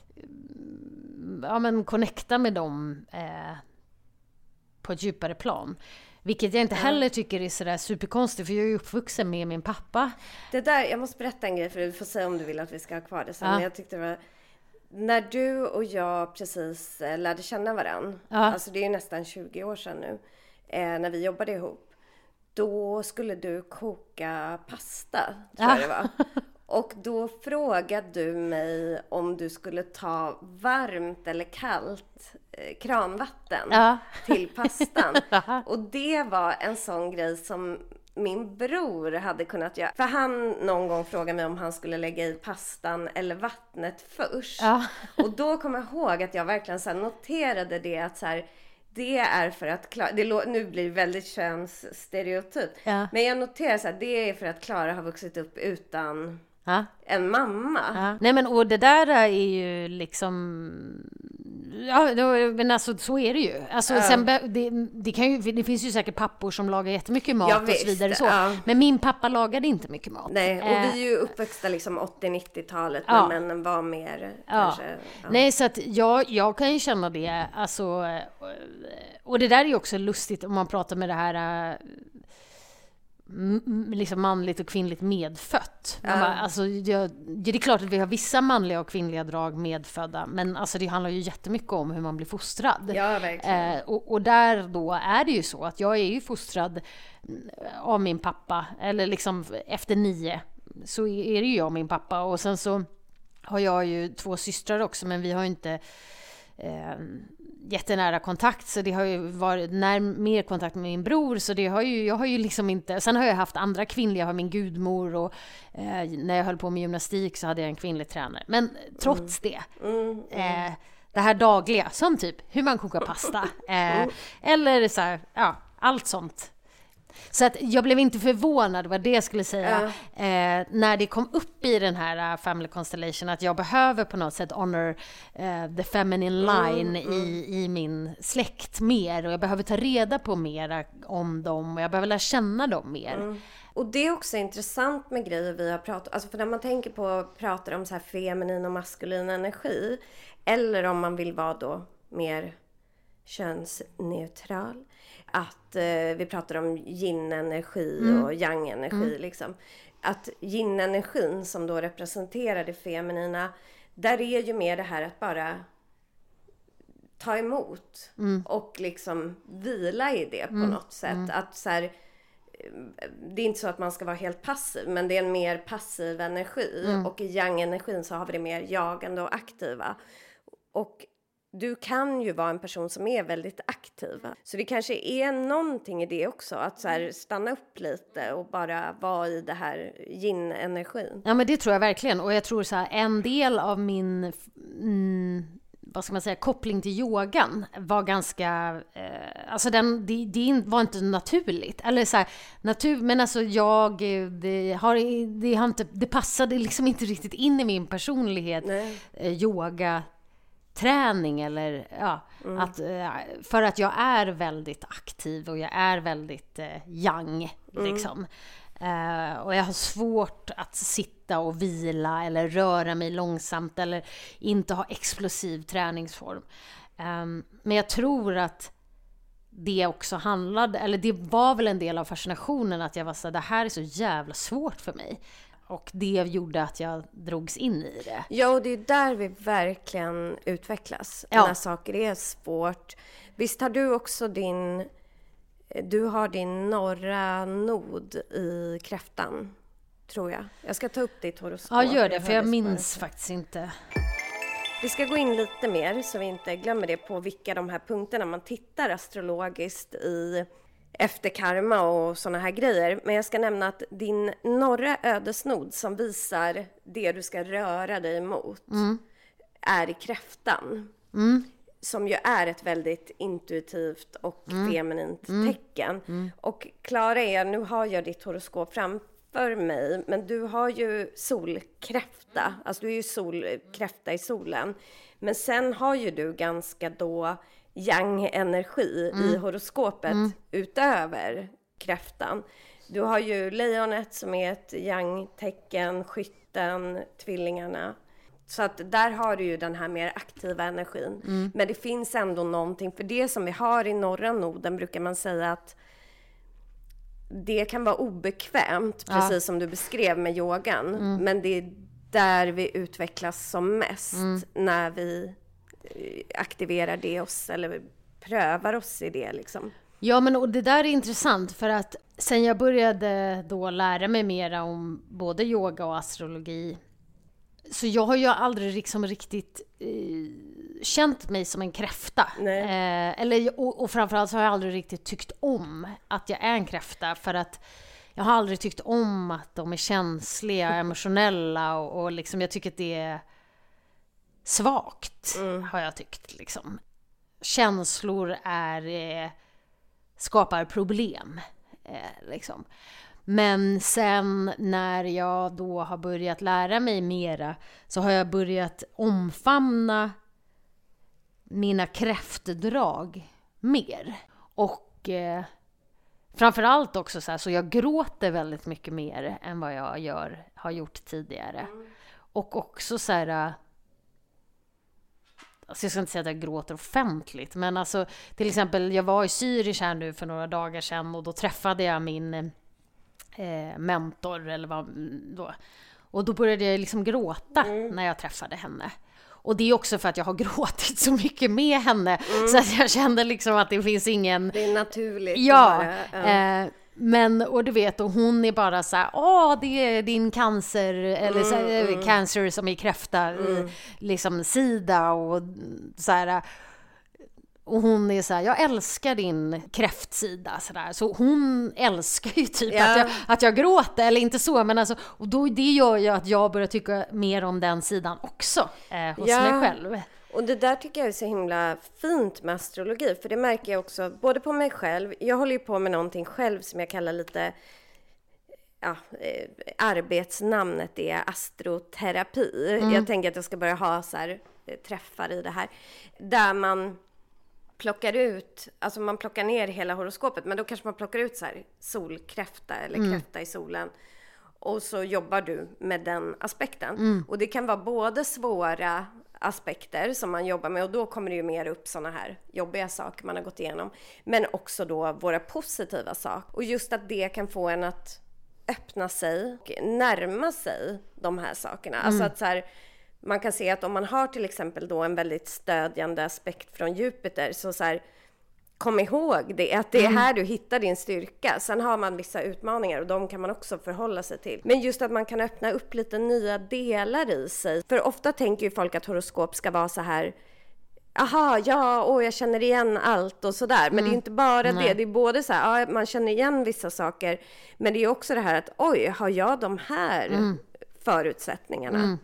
ja, men connecta med dem eh, på ett djupare plan. Vilket jag inte heller tycker är sådär superkonstigt, för jag är ju uppvuxen med min pappa. Det där, jag måste berätta en grej, för du får säga om du vill att vi ska ha kvar det sen. Ja. Men jag tyckte det var, när du och jag precis lärde känna varandra, ja. Alltså det är ju nästan tjugo år sedan nu, eh, när vi jobbade ihop. Då skulle du koka pasta, tror ja. jag det var. Och då frågade du mig om du skulle ta varmt eller kallt eh, kranvatten ja. till pastan. Och det var en sån grej som min bror hade kunnat göra. För han någon gång frågade mig om han skulle lägga i pastan eller vattnet först. Ja. Och då kom jag ihåg att jag verkligen så här noterade det, att så här, det är för att Klara, det lå, nu blir det väldigt könsstereotypt. Ja. Men jag noterar så här, det är för att Klara har vuxit upp utan Ja. en mamma. Ja. Nej men och det där är ju liksom, ja då, men alltså så är det ju. Alltså, Ja. sen, det, det, kan ju, det finns ju säcket pappor som lagar jättemycket mat Ja, och visst, så vidare så. ja. Men min pappa lagade inte mycket mat. Nej, och Eh, vi är ju uppväxta liksom åttio-nittiotalet Ja. när männen var mer Ja. kanske. Ja. Nej, så att jag, jag kan ju känna det, alltså, och det där är ju också lustigt om man pratar med det här äh, m- liksom manligt och kvinnligt medfött. Man Ja. bara, alltså, jag, det är klart att vi har vissa manliga och kvinnliga drag medfödda, men alltså, det handlar ju jättemycket om hur man blir fostrad. Ja, verkligen. Eh, och, och där då är det ju så att jag är ju fostrad av min pappa, eller liksom efter nio så är det ju jag och min pappa, och sen så har jag ju två systrar också, men vi har ju inte eh, jättenära kontakt, så det har ju varit när, mer kontakt med min bror, så det har ju, jag har ju liksom inte, sen har jag haft andra kvinnliga, jag har min gudmor, och eh, när jag höll på med gymnastik så hade jag en kvinnlig tränare, men trots det Mm, mm. eh, det här dagliga, som typ hur man kokar pasta eh, eller så här, ja, allt sånt. Så att jag blev inte förvånad vad det jag skulle säga eh, när det kom upp i den här uh, family constellation att jag behöver på något sätt honor uh, the feminine line Mm, mm. i, i min släkt mer, och jag behöver ta reda på mer om dem, och jag behöver lära känna dem mer. Mm. Och det är också intressant med grejer vi har pratat, alltså för när man tänker på, pratar om så här feminin och maskulin energi, eller om man vill vara då mer könsneutral, att eh, vi pratar om yin-energi Mm. och yang-energi Mm. liksom. Att yin-energin som då representerar det feminina, där är ju mer det här att bara ta emot Mm. och liksom vila i det på Mm. något sätt. Mm. Att så här, det är inte så att man ska vara helt passiv, men det är en mer passiv energi. Mm. Och i yang-energin så har vi det mer jagande och aktiva. Och du kan ju vara en person som är väldigt aktiv. Så det kanske är någonting i det också. Att så här stanna upp lite och bara vara i det här yin-energin. Ja, men det tror jag verkligen, och jag tror så här, en del av min mm, vad ska man säga, koppling till yogan var ganska, eh, alltså den, det, det var inte naturligt, eller så här, natur, men alltså jag, det, har, det, har inte, det passade liksom inte riktigt in i min personlighet, eh, yoga träning eller ja, Mm. att, för att jag är väldigt aktiv och jag är väldigt eh, yang liksom. Uh, och jag har svårt att sitta och vila eller röra mig långsamt eller inte ha explosiv träningsform. Um, men jag tror att det också handlade, eller det var väl en del av fascinationen, att jag var så här, det här är så jävla svårt för mig. Och det gjorde att jag drogs in i det. Ja, och det är där vi verkligen utvecklas. Ja. När saker är svårt. Visst har du också din... Du har din norra nod i kräftan, tror jag. Jag ska ta upp ditt horoskop. Ja, gör det, för jag hörde minns spår. faktiskt inte. Vi ska gå in lite mer, så vi inte glömmer det, på vilka de här punkterna man tittar astrologiskt i efterkarma och såna här grejer. Men jag ska nämna att din norra ödesnod som visar det du ska röra dig mot Mm. är i kräftan. Mm. Som ju är ett väldigt intuitivt och Mm. feminint Mm. tecken. Mm. Och Klara är, nu har jag ditt horoskop framför mig, men du har ju solkräfta. Alltså du är ju solkräfta i solen. Men sen har ju du ganska då yang-energi Mm. i horoskopet Mm. utöver kräftan. Du har ju lejonet som är ett yang-tecken, skytten, tvillingarna. Så att där har du ju den här mer aktiva energin. Mm. Men det finns ändå någonting, för det som vi har i norra noden brukar man säga att det kan vara obekvämt, Ja. precis som du beskrev med yogan. Mm. Men det är där vi utvecklas som mest, Mm. när vi eh, aktiverar det oss eller prövar oss i det liksom. Ja, men och det där är intressant, för att sen jag började då lära mig mera om både yoga och astrologi, så jag har ju aldrig liksom riktigt eh, känt mig som en kräfta. Eh, eller, och, och framförallt så har jag aldrig riktigt tyckt om att jag är en kräfta, för att jag har aldrig tyckt om att de är känsliga, emotionella, och, och liksom jag tycker att det är svagt, Mm. har jag tyckt liksom. känslor är, eh, skapar problem. Eh, liksom. Men sen när jag då har börjat lära mig mera så har jag börjat omfamna mina kräftdrag mer. Och eh, framförallt också så här, så jag gråter väldigt mycket mer än vad jag gör, har gjort tidigare. Mm. Och också så här, alltså jag ska inte säga att jag gråter offentligt, men alltså till exempel jag var i Zürich här nu för några dagar sedan och då träffade jag min eh, mentor eller vad då. Och då började jag liksom gråta mm. när jag träffade henne. Och det är också för att jag har gråtit så mycket med henne. Mm. Så att jag kände liksom att det finns ingen... Det är naturligt. Ja. Bara, ja. Eh, men, och du vet, och hon är bara så här, åh, det är din cancer, eller mm, så här, mm. cancer som är kräfta, mm. liksom sida och så här. Och hon är så här, jag älskar din kräftsida så där. Så hon älskar ju typ ja. att, jag, att jag gråter, eller inte så, men alltså, och då det gör ju att jag börjar tycka mer om den sidan också eh, hos ja. mig själv. Och det där tycker jag är så himla fint med astrologi, för det märker jag också både på mig själv. Jag håller ju på med någonting själv som jag kallar lite, ja, eh, arbetsnamnet är astroterapi. Mm. Jag tänker att jag ska börja ha så här eh, träffar i det här, där man plockar ut, alltså man plockar ner hela horoskopet, men då kanske man plockar ut så här solkräfta eller mm. kräfta i solen. Och så jobbar du med den aspekten. Mm. Och det kan vara både svåra aspekter som man jobbar med, och då kommer det ju mer upp såna här jobbiga saker man har gått igenom, men också då våra positiva saker. Och just att det kan få en att öppna sig och närma sig de här sakerna. Mm. Alltså att så här, man kan se att om man har till exempel då en väldigt stödjande aspekt från Jupiter, så så här, kom ihåg det, att det är här du hittar din styrka. Sen har man vissa utmaningar och de kan man också förhålla sig till. Men just att man kan öppna upp lite nya delar i sig. För ofta tänker ju folk att horoskop ska vara så här, aha, ja, åh, jag känner igen allt och sådär. Men mm. det är inte bara Nej. det. Det är både så här, ja, man känner igen vissa saker. Men det är också det här att, oj, har jag de här mm. förutsättningarna? Mm.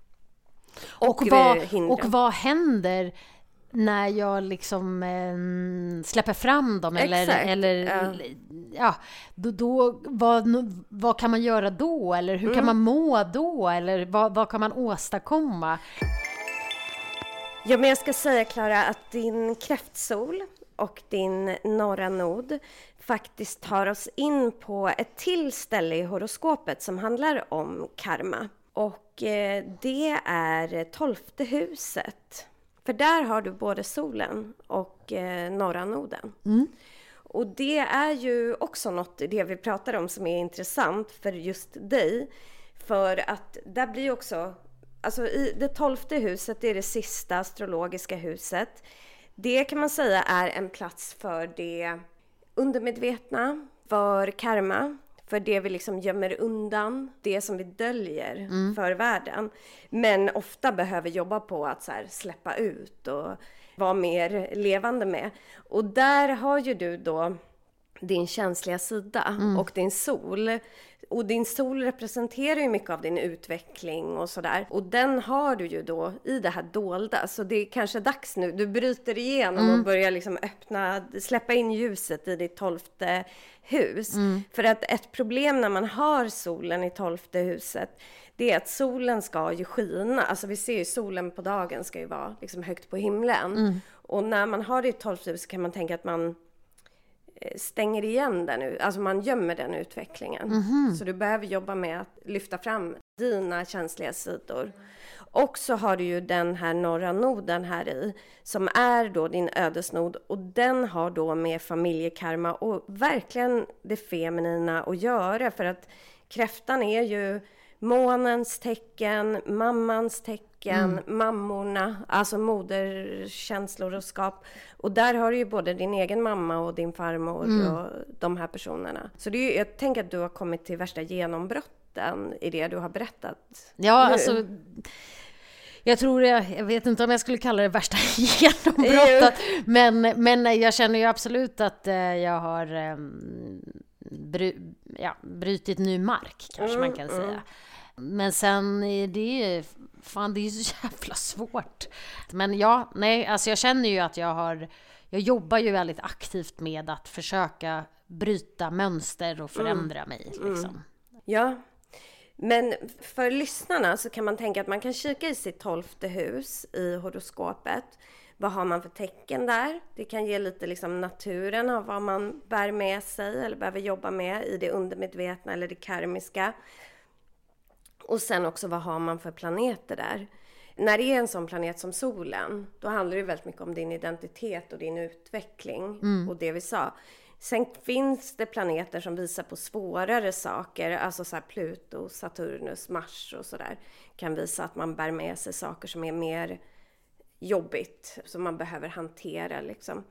Och, och, vad, och vad händer när jag liksom eh, släpper fram dem? Eller, eller ja. ja, då, då, vad, vad kan man göra då? Eller hur mm. kan man må då? Eller vad, vad kan man åstadkomma? Ja, men jag ska säga, Klara, att din kräftsol och din norra nod faktiskt tar oss in på ett till ställe i horoskopet som handlar om karma. Och eh, det är tolfte huset. För där har du både solen och eh, norra noden. Mm. Och det är ju också något i det vi pratar om som är intressant för just dig. För att där blir också, alltså i det tolfte huset, det är det sista astrologiska huset. Det kan man säga är en plats för det undermedvetna, för karma. För det vi liksom gömmer undan, det som vi döljer mm. för världen. Men ofta behöver jobba på att så här släppa ut och vara mer levande med. Och där har ju du då din känsliga sida mm. och din sol. Och din sol representerar ju mycket av din utveckling och sådär. Och den har du ju då i det här dolda. Så det är kanske dags nu. Du bryter igenom mm. och börjar liksom öppna, släppa in ljuset i ditt tolfte hus. Mm. För att ett problem när man har solen i tolfte huset, det är att solen ska ju skina. Alltså vi ser ju solen på dagen ska ju vara liksom högt på himlen. Mm. Och när man har det i tolfte huset kan man tänka att man stänger igen den nu, alltså man gömmer den utvecklingen. Mm-hmm. Så du behöver jobba med att lyfta fram dina känsliga sidor. Och så har du ju den här norra noden här i, som är då din ödesnod, och den har då med familjekarma och verkligen det feminina att göra, för att kräftan är ju månens tecken, mammans tecken, Mm. mammorna, alltså moderkänslor och skap. Och där har du ju både din egen mamma och din farmor mm. och de här personerna. Så det är ju, jag tänker att du har kommit till värsta genombrotten i det du har berättat. Ja, nu. alltså... Jag tror, jag, jag vet inte om jag skulle kalla det värsta genombrottet, men, men jag känner ju absolut att eh, jag har eh, bry, ja, brytit ny mark, kanske mm, man kan säga. Mm. Men sen är det fan det är ju så jävla svårt. Men ja, nej, alltså jag känner ju att jag har, jag jobbar ju väldigt aktivt med att försöka bryta mönster och förändra mm. mig. Liksom. Mm. Ja, men för lyssnarna så kan man tänka att man kan kika i sitt tolfte hus i horoskopet. Vad har man för tecken där? Det kan ge lite liksom naturen av vad man bär med sig eller behöver jobba med i det undermedvetna eller det karmiska. Och sen också vad har man för planeter där? När det är en sån planet som solen, då handlar det väldigt mycket om din identitet och din utveckling mm. och det vi sa. Sen finns det planeter som visar på svårare saker, alltså så här Pluto, Saturnus, Mars och sådär. Kan visa att man bär med sig saker som är mer jobbigt, som man behöver hantera liksom.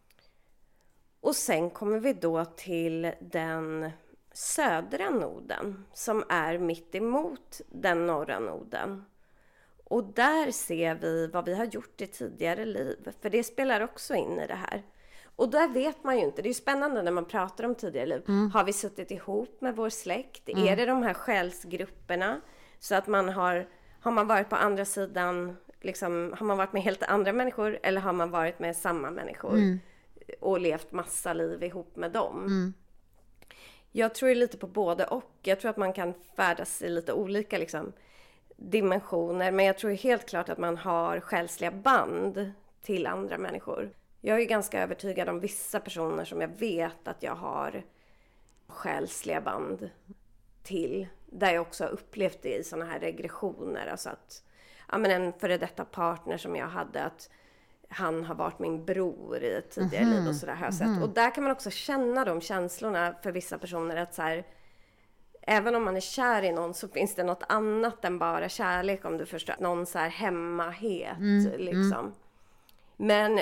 Och sen kommer vi då till den södra noden som är mitt emot den norra noden. Och där ser vi vad vi har gjort i tidigare liv, för det spelar också in i det här. Och där vet man ju inte. Det är ju spännande när man pratar om tidigare liv. Mm. Har vi suttit ihop med vår släkt? Mm. Är det de här själsgrupperna? Så att man har... Har man varit på andra sidan... Liksom, har man varit med helt andra människor? Eller har man varit med samma människor? Mm. Och levt massa liv ihop med dem? Mm. Jag tror lite på både och. Jag tror att man kan färdas i lite olika liksom, dimensioner. Men jag tror helt klart att man har själsliga band till andra människor. Jag är ganska övertygad om vissa personer som jag vet att jag har själsliga band till. Där jag också har upplevt det i såna här regressioner. Alltså att ja, men en före detta partner som jag hade, att han har varit min bror i ett tidigare mm-hmm. liv och sådär har jag sett. Mm-hmm. Och där kan man också känna de känslorna för vissa personer. Att så här, även om man är kär i någon så finns det något annat än bara kärlek, om du förstår. Någon så här hemmahet mm-hmm. liksom. Men...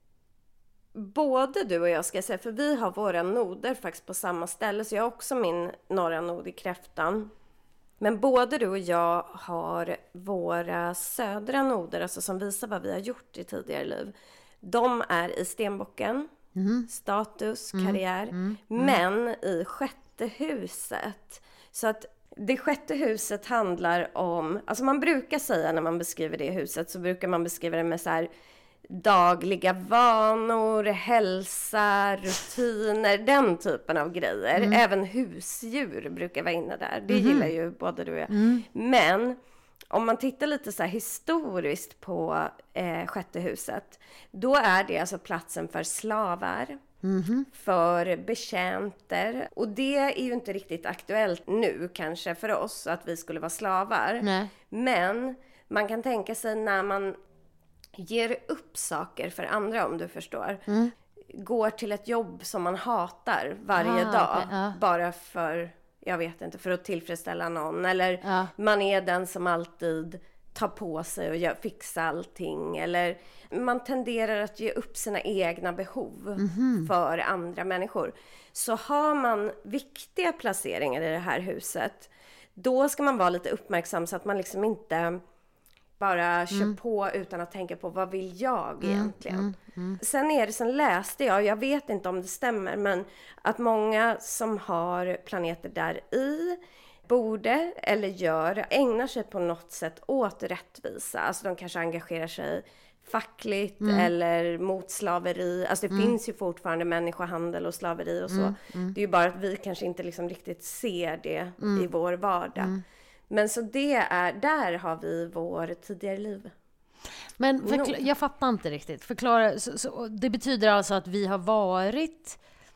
Både du och jag ska jag säga, för vi har våra noder faktiskt på samma ställe. Så jag har också min norra nod i kräftan. Men både du och jag har våra södra noder, alltså som visar vad vi har gjort i tidigare liv. De är i stenbocken, mm. status, mm. karriär. Mm. Mm. Men i sjätte huset. Så att det sjätte huset handlar om... Alltså man brukar säga när man beskriver det huset, så brukar man beskriva det med så här... dagliga vanor, hälsa, rutiner, den typen av grejer. Mm. Även husdjur brukar vara inne där. Det mm. gillar ju både du och jag. Mm. Men om man tittar lite så här historiskt på eh, sjätte huset, då är det alltså platsen för slavar, mm. för betjänter. Och det är ju inte riktigt aktuellt nu kanske för oss att vi skulle vara slavar. Nej. Men man kan tänka sig när man ger upp saker för andra, om du förstår. Mm. Går till ett jobb som man hatar varje ah, dag. Okay, uh. Bara för, jag vet inte, för att tillfredsställa någon. Eller uh. man är den som alltid tar på sig och gör, fixar allting. Eller man tenderar att ge upp sina egna behov mm-hmm. för andra människor. Så har man viktiga placeringar i det här huset, då ska man vara lite uppmärksam så att man liksom inte... bara kör mm. på utan att tänka på vad vill jag egentligen. Mm, mm, mm. Sen är det, sen läste jag, jag vet inte om det stämmer, men att många som har planeter där i borde eller gör, ägnar sig på något sätt åt rättvisa. Alltså de kanske engagerar sig fackligt mm. eller mot slaveri. Alltså det mm. finns ju fortfarande människohandel och slaveri och så. Mm, mm. Det är ju bara att vi kanske inte liksom riktigt ser det mm. i vår vardag. Mm. Men så det är, där har vi vår tidigare liv. Men förkla- jag fattar inte riktigt. Förklara, så, så, det betyder alltså att vi har varit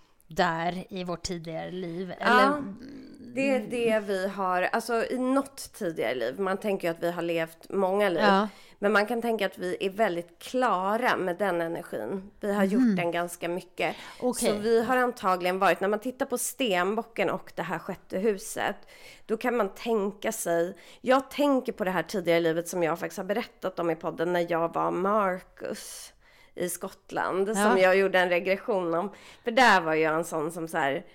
där i vårt tidigare liv? Eller? Ja, det är det vi har, alltså i något tidigare liv. Man tänker ju att vi har levt många liv. Ja. Men man kan tänka att vi är väldigt klara med den energin. Vi har gjort mm. den ganska mycket. Okay. Så vi har antagligen varit, när man tittar på stenbocken och det här sjätte huset, då kan man tänka sig, jag tänker på det här tidigare livet som jag faktiskt har berättat om i podden när jag var Marcus i Skottland. Ja. Som jag gjorde en regression om. För där var jag en sån som så här...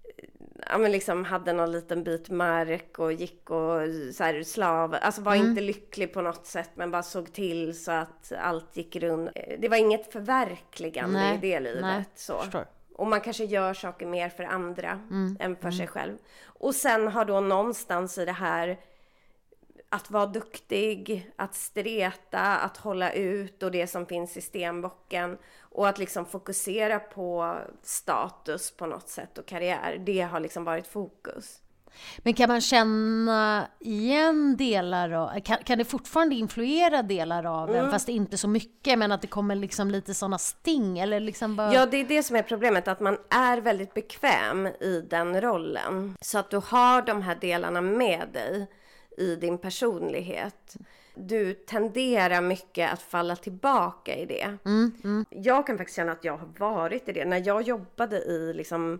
Ja, men liksom hade någon liten bit mark och gick och så här slav, alltså var mm. inte lycklig på något sätt, men bara såg till så att allt gick runt. Det var inget förverkligande nej, i det livet. Nej, så. Och man kanske gör saker mer för andra mm. än för mm. sig själv. Och sen har då någonstans i det här att vara duktig, att streta, att hålla ut och det som finns i stenbocken. Och att liksom fokusera på status på något sätt och karriär. Det har liksom varit fokus. Men kan man känna igen delar av, kan, kan det fortfarande influera delar av mm. en, fast inte så mycket, men att det kommer liksom lite sådana sting eller liksom bara... Ja, det är det som är problemet, att man är väldigt bekväm i den rollen. Så att du har de här delarna med dig i din personlighet. Du tenderar mycket att falla tillbaka i det. Mm, mm. Jag kan faktiskt känna att jag har varit i det. När jag jobbade i liksom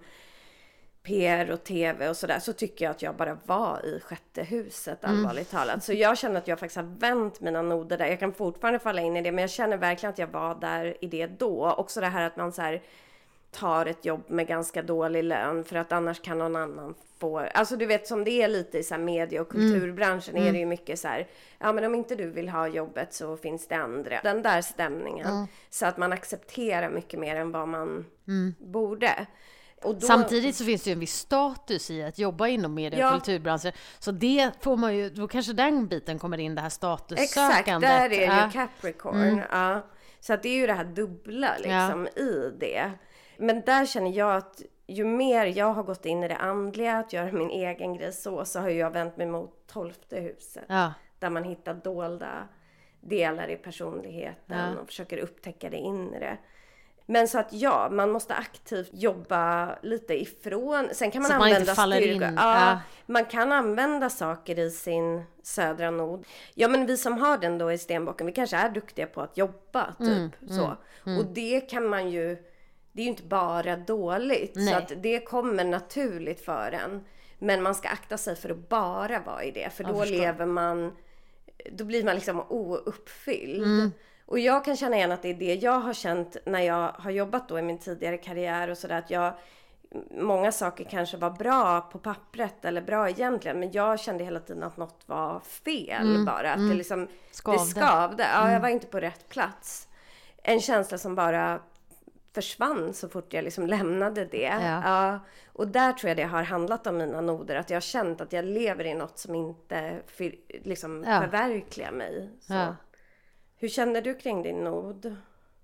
P R och T V och sådär, så tycker jag att jag bara var i sjätte huset, allvarligt mm. talat. Så jag känner att jag faktiskt har vänt mina noder där. Jag kan fortfarande falla in i det, men jag känner verkligen att jag var där i det då. Också det här att man så här tar ett jobb med ganska dålig lön för att annars kan någon annan få... Alltså du vet, som det är lite i så här medie- och kulturbranschen mm. är det ju mycket så här, ja men om inte du vill ha jobbet så finns det andra. Den där stämningen. Mm. Så att man accepterar mycket mer än vad man mm. borde. Och då... Samtidigt så finns det ju en viss status i att jobba inom medie- och ja. kulturbranschen. Så det får man ju, då kanske den biten kommer in, det här statussökandet. Exakt, där är det ja. ju Capricorn. Mm. Ja. Så att det är ju det här dubbla liksom ja. i det. Men där känner jag att ju mer jag har gått in i det andliga, att göra min egen grej så, så har jag vänt mig mot tolfte huset. Ja. Där man hittar dolda delar i personligheten ja. och försöker upptäcka det inre. Men så att ja, man måste aktivt jobba lite ifrån. Sen kan man så använda man inte faller styrka. in. Ja, ja. Man kan använda saker i sin södra nod. Ja, men vi som har den då i stenbocken, vi kanske är duktiga på att jobba typ mm, så. Mm, mm. Och det kan man ju, det är ju inte bara dåligt. Nej. Så att det kommer naturligt för en. Men man ska akta sig för att bara vara i det. För då lever man, då blir man liksom ouppfylld. Mm. Och jag kan känna igen att det är det jag har känt när jag har jobbat då i min tidigare karriär och sådär, att jag, många saker kanske var bra på pappret eller bra egentligen, men jag kände hela tiden att något var fel mm, bara, att mm. det liksom skavde. Det skavde. Ja, mm. jag var inte på rätt plats. En känsla som bara försvann så fort jag liksom lämnade det. Ja. Ja, och där tror jag det har handlat om mina noder, att jag har känt att jag lever i något som inte för, liksom ja. förverkligar mig. Så. Ja. Hur känner du kring din nod?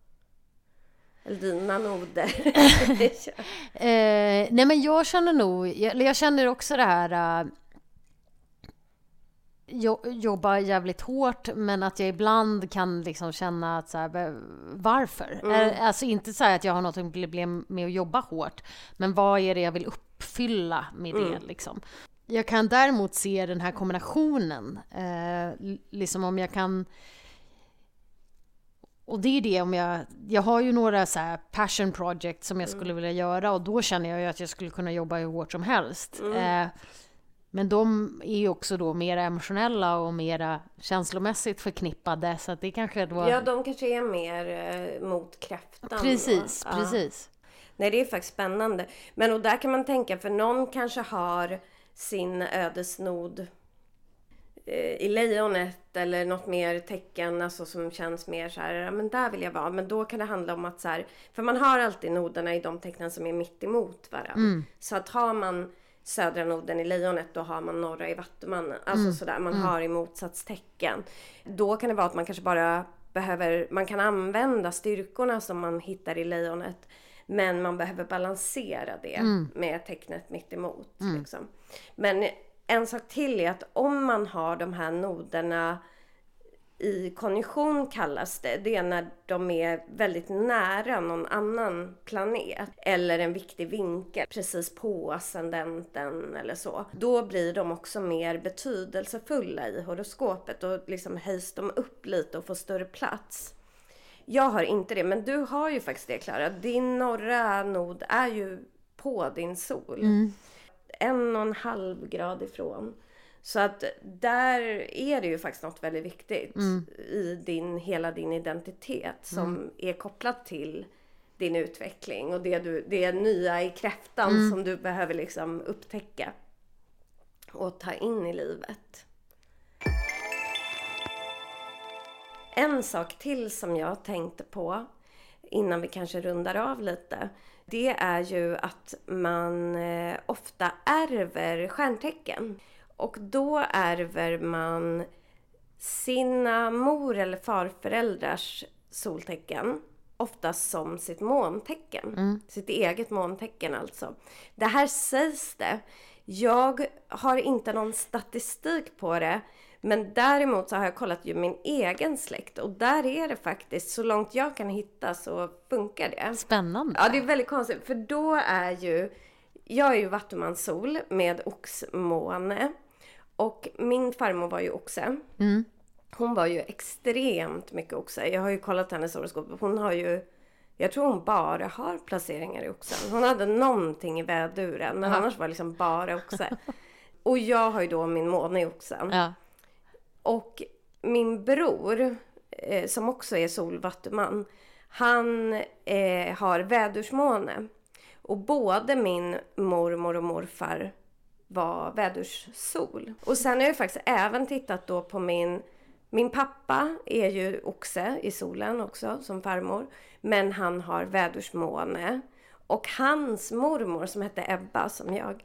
Eller dina noder? eh, nej men jag känner nog, jag, jag känner också det här uh, jo, jobba jävligt hårt, men att jag ibland kan liksom känna att så här, varför? Mm. Alltså inte så här att jag har något problem med att jobba hårt, men vad är det jag vill uppfylla med det mm. liksom? Jag kan däremot se den här kombinationen, eh, liksom om jag kan. Och det är det, om jag, jag har ju några så här passion projects som jag skulle vilja göra, och då känner jag ju att jag skulle kunna jobba hur hårt som helst. Mm. Eh, men de är ju också då mer emotionella och mer känslomässigt förknippade, så att det kanske då... Ja, de kanske är mer eh, mot kräftan. Precis, då. precis. Ja. Nej, det är faktiskt spännande. Men och där kan man tänka, för någon kanske har sin ödesnod i lejonet eller något mer tecken, alltså som känns mer så här, ja, men där vill jag vara. Men då kan det handla om att så här, för man har alltid noderna i de tecknen som är mitt emot varandra. Mm. Så att har man södra noden i lejonet, då har man norra i vattumannen. Alltså mm. sådär, man mm. har i motsatstecken. Då kan det vara att man kanske bara behöver, man kan använda styrkorna som man hittar i lejonet, men man behöver balansera det mm. med tecknet mitt emot. Mm. Liksom. Men en sak till är att om man har de här noderna i konjunktion, kallas det. Det är när de är väldigt nära någon annan planet eller en viktig vinkel precis på ascendenten eller så. Då blir de också mer betydelsefulla i horoskopet och liksom höjs de upp lite och får större plats. Jag har inte det, men du har ju faktiskt det, Klara. Din norra nod är ju på din sol. Mm. En och en halv grad ifrån. Så att där är det ju faktiskt något väldigt viktigt mm. i din, hela din identitet som mm. är kopplat till din utveckling och det, du, det nya i kräftan mm. som du behöver liksom upptäcka och ta in i livet. En sak till som jag tänkte på innan vi kanske rundar av lite, det är ju att man eh, ofta ärver stjärntecken. Och då ärver man sina mor- eller farföräldrars soltecken oftast som sitt måntecken. Mm. Sitt eget måntecken alltså. Det här sägs det. Jag har inte någon statistik på det. Men däremot så har jag kollat ju min egen släkt. Och där är det faktiskt, så långt jag kan hitta så funkar det. Spännande. Ja, det är väldigt konstigt. För då är ju, jag är ju vattumanssol med oxmåne. Och min farmor var ju oxe. Mm. Hon var ju extremt mycket oxe. Jag har ju kollat hennes horoskop. Hon har ju, jag tror hon bara har placeringar i oxen. Hon hade någonting i väduren. Men ja. Annars var det liksom bara oxe. Och jag har ju då min måne i oxen. Ja. Och min bror, eh, som också är solvattuman, han eh, har vädursmåne. Och både min mormor och morfar var vädurssol. Och sen har jag faktiskt även tittat då på min... Min pappa är ju oxe i solen också, som farmor. Men han har vädursmåne. Och hans mormor, som hette Ebba, som jag,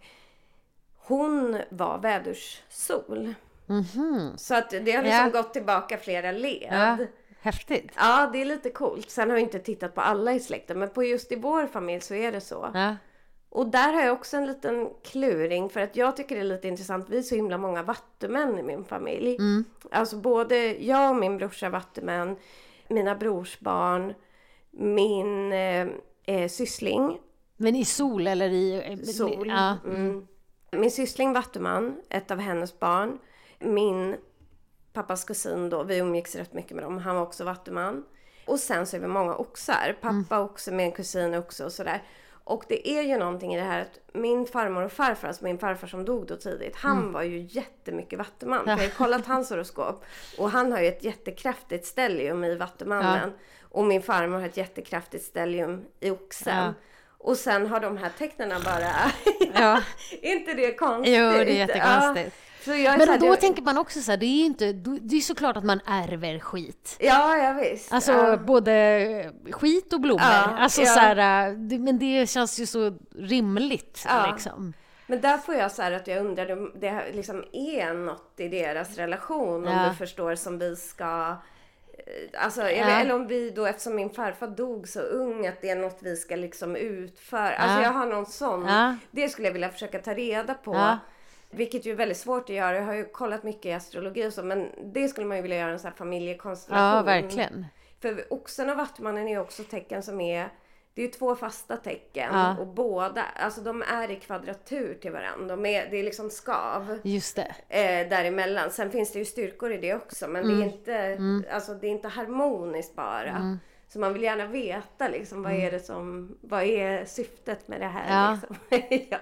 hon var vädurssol. Mm-hmm. Så att det har liksom ja. gått tillbaka flera led. Ja, häftigt. Ja, det är lite coolt. Sen har jag inte tittat på alla i släkten. Men på just i vår familj så är det så. Ja. Och där har jag också en liten kluring. För att jag tycker det är lite intressant. Vi är så himla många vattumän i min familj. Mm. Alltså både jag och min brorsa vattumän. Mina brorsbarn. Min eh, eh, syssling. Men i sol eller i... Sol. Ja. Mm. Min syssling vattuman. Ett av hennes barn. Min pappas kusin då. Vi umgicks rätt mycket med dem. Han var också vattuman. Och sen så är vi många oxar. Pappa mm. också med en kusin också och sådär. Och det är ju någonting i det här att min farmor och farfar, alltså min farfar som dog då tidigt, han mm. var ju jättemycket vattuman. Ja. Jag har kollat hans horoskop. Och han har ju ett jättekraftigt stellium i vattumannen. Ja. Och min farmor har ett jättekraftigt stellium i oxen. Ja. Och sen har de här tecknarna bara... ja. Inte det konstigt? Jo, det är jättekonstigt. Ja. Så jag men så här, då det... tänker man också så här, det är ju inte, det är såklart att man ärver skit. Ja, ja visst. Alltså ja. både skit och blommor. Ja, alltså ja. så här, det, men det känns ju så rimligt ja. liksom. Men där får jag så här att jag undrar, det, det liksom är något i deras relation, om ja. du förstår, som vi ska... Alltså, ja. eller, eller om vi då, eftersom min farfar dog så ung, att det är något vi ska liksom utföra. Alltså ja. jag har någon sån. Ja. Det skulle jag vilja försöka ta reda på. Ja. Vilket ju är väldigt svårt att göra. Jag har ju kollat mycket i astrologi och så. Men det skulle man ju vilja göra en sån här familjekonstellation. Ja, verkligen. För oxen och vattumannen är ju också tecken som är... Det är ju två fasta tecken. Ja. Och båda, alltså de är i kvadratur till varandra. De är, det är liksom skav. Just det. Eh, däremellan. Sen finns det ju styrkor i det också. Men mm. det är inte, mm. alltså, det är inte harmoniskt bara. Mm. Så man vill gärna veta liksom, vad är det som, vad är syftet med det här? Ja. Liksom. ja.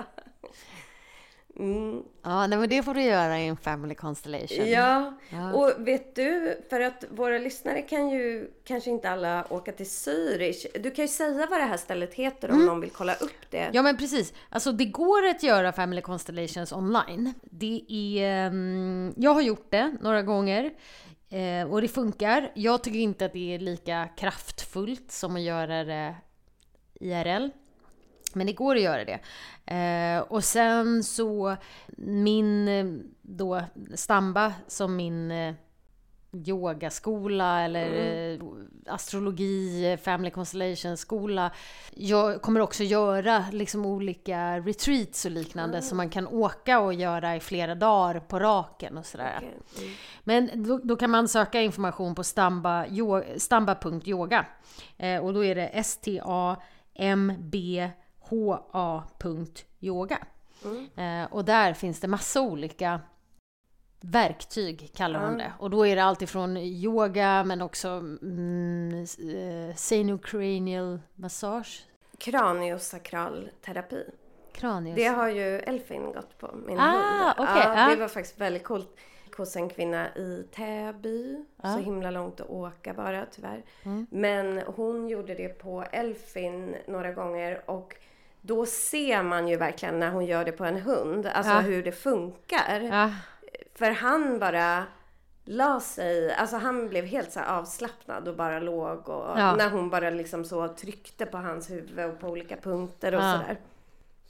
Mm. Ja, nej, men det får du göra i en family constellation. Ja. ja, och vet du, för att våra lyssnare kan ju kanske inte alla åka till Zürich. Du kan ju säga vad det här stället heter om mm. någon vill kolla upp det. Ja, men precis. Alltså det går att göra family constellations online. Det är, um, jag har gjort det några gånger. Eh, och det funkar. Jag tycker inte att det är lika kraftfullt som att göra det I R L. Men det går att göra det. Eh, och sen så min då Stamba som min eh, yogaskola eller mm. eh, astrologi, family constellation skola. Jag kommer också göra liksom olika retreats och liknande mm. som man kan åka och göra i flera dagar på raken och sådär. Okay. Mm. Men då, då kan man söka information på stamba, yo, stamba punkt yoga. Eh, och då är det S T A M B H A punkt yoga. Mm. Eh, och där finns det massa olika verktyg, kallar mm. de det. Och då är det allt ifrån yoga, men också mm, eh, sacrocranial massage. Kraniosakral terapi. Kranios. Det har ju Elfin gått på, min ah, hund. Okay, ja, ah. Det var faktiskt väldigt coolt. Hos en kvinna i Täby. Ah. Så himla långt att åka bara, tyvärr. Mm. Men hon gjorde det på Elfin några gånger. Och då ser man ju verkligen när hon gör det på en hund. Alltså ah. hur det funkar. Ah. För han bara la sig, alltså han blev helt så här avslappnad och bara låg. Och ja. När hon bara liksom så tryckte på hans huvud och på olika punkter och ja. sådär.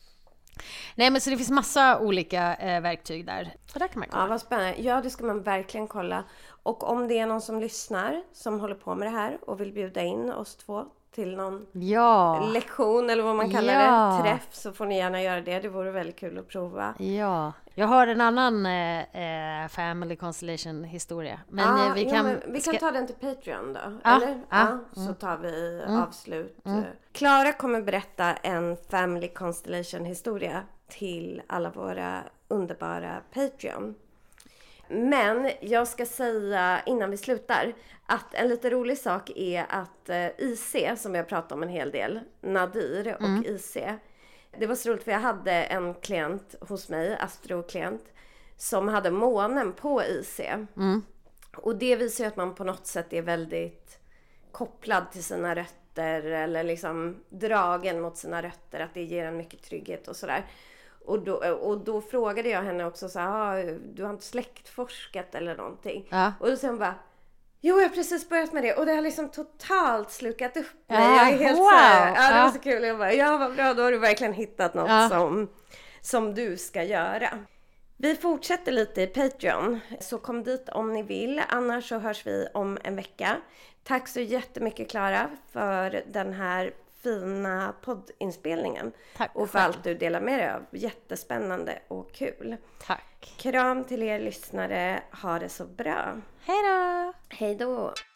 Nej, men så det finns massa olika eh, verktyg där. Så där kan man kolla. Ja, vad spännande. Ja, det ska man verkligen kolla. Och om det är någon som lyssnar som håller på med det här och vill bjuda in oss två till någon ja. lektion eller vad man kallar ja. det, träff, så får ni gärna göra det. Det vore väldigt kul att prova. Ja, jag har en annan eh, Family Constellation historia. Men ah, eh, vi ja, kan... men vi kan ska... ta den till Patreon då. Ah, eller? ah, ja, mm. Så tar vi mm. avslut. Mm. Klara kommer berätta en Family Constellation historia till alla våra underbara Patreon. Men jag ska säga innan vi slutar att en lite rolig sak är att I C, som vi har pratat om en hel del, Nadir och mm. I C. Det var så roligt för jag hade en klient hos mig, astroklient, som hade månen på I C. Mm. Och det visar ju att man på något sätt är väldigt kopplad till sina rötter eller liksom dragen mot sina rötter, att det ger en mycket trygghet och sådär. Och då, och då frågade jag henne också så här, du har inte släktforskat eller någonting? Ja. Och då sa hon bara, jo, jag har precis börjat med det och det har liksom totalt slukat upp mig. Ja, jag är helt wow. så här, ja, det var ja. så kul. Jag bara, ja vad bra, då har du verkligen hittat något ja. som, som du ska göra. Vi fortsätter lite i Patreon, så kom dit om ni vill. Annars så hörs vi om en vecka. Tack så jättemycket Klara för den här fina poddinspelningen. Tack och för själv. Allt du delar med dig av. Jättespännande och kul. Tack. Kram till er lyssnare. Ha det så bra. Hej då. Hej då.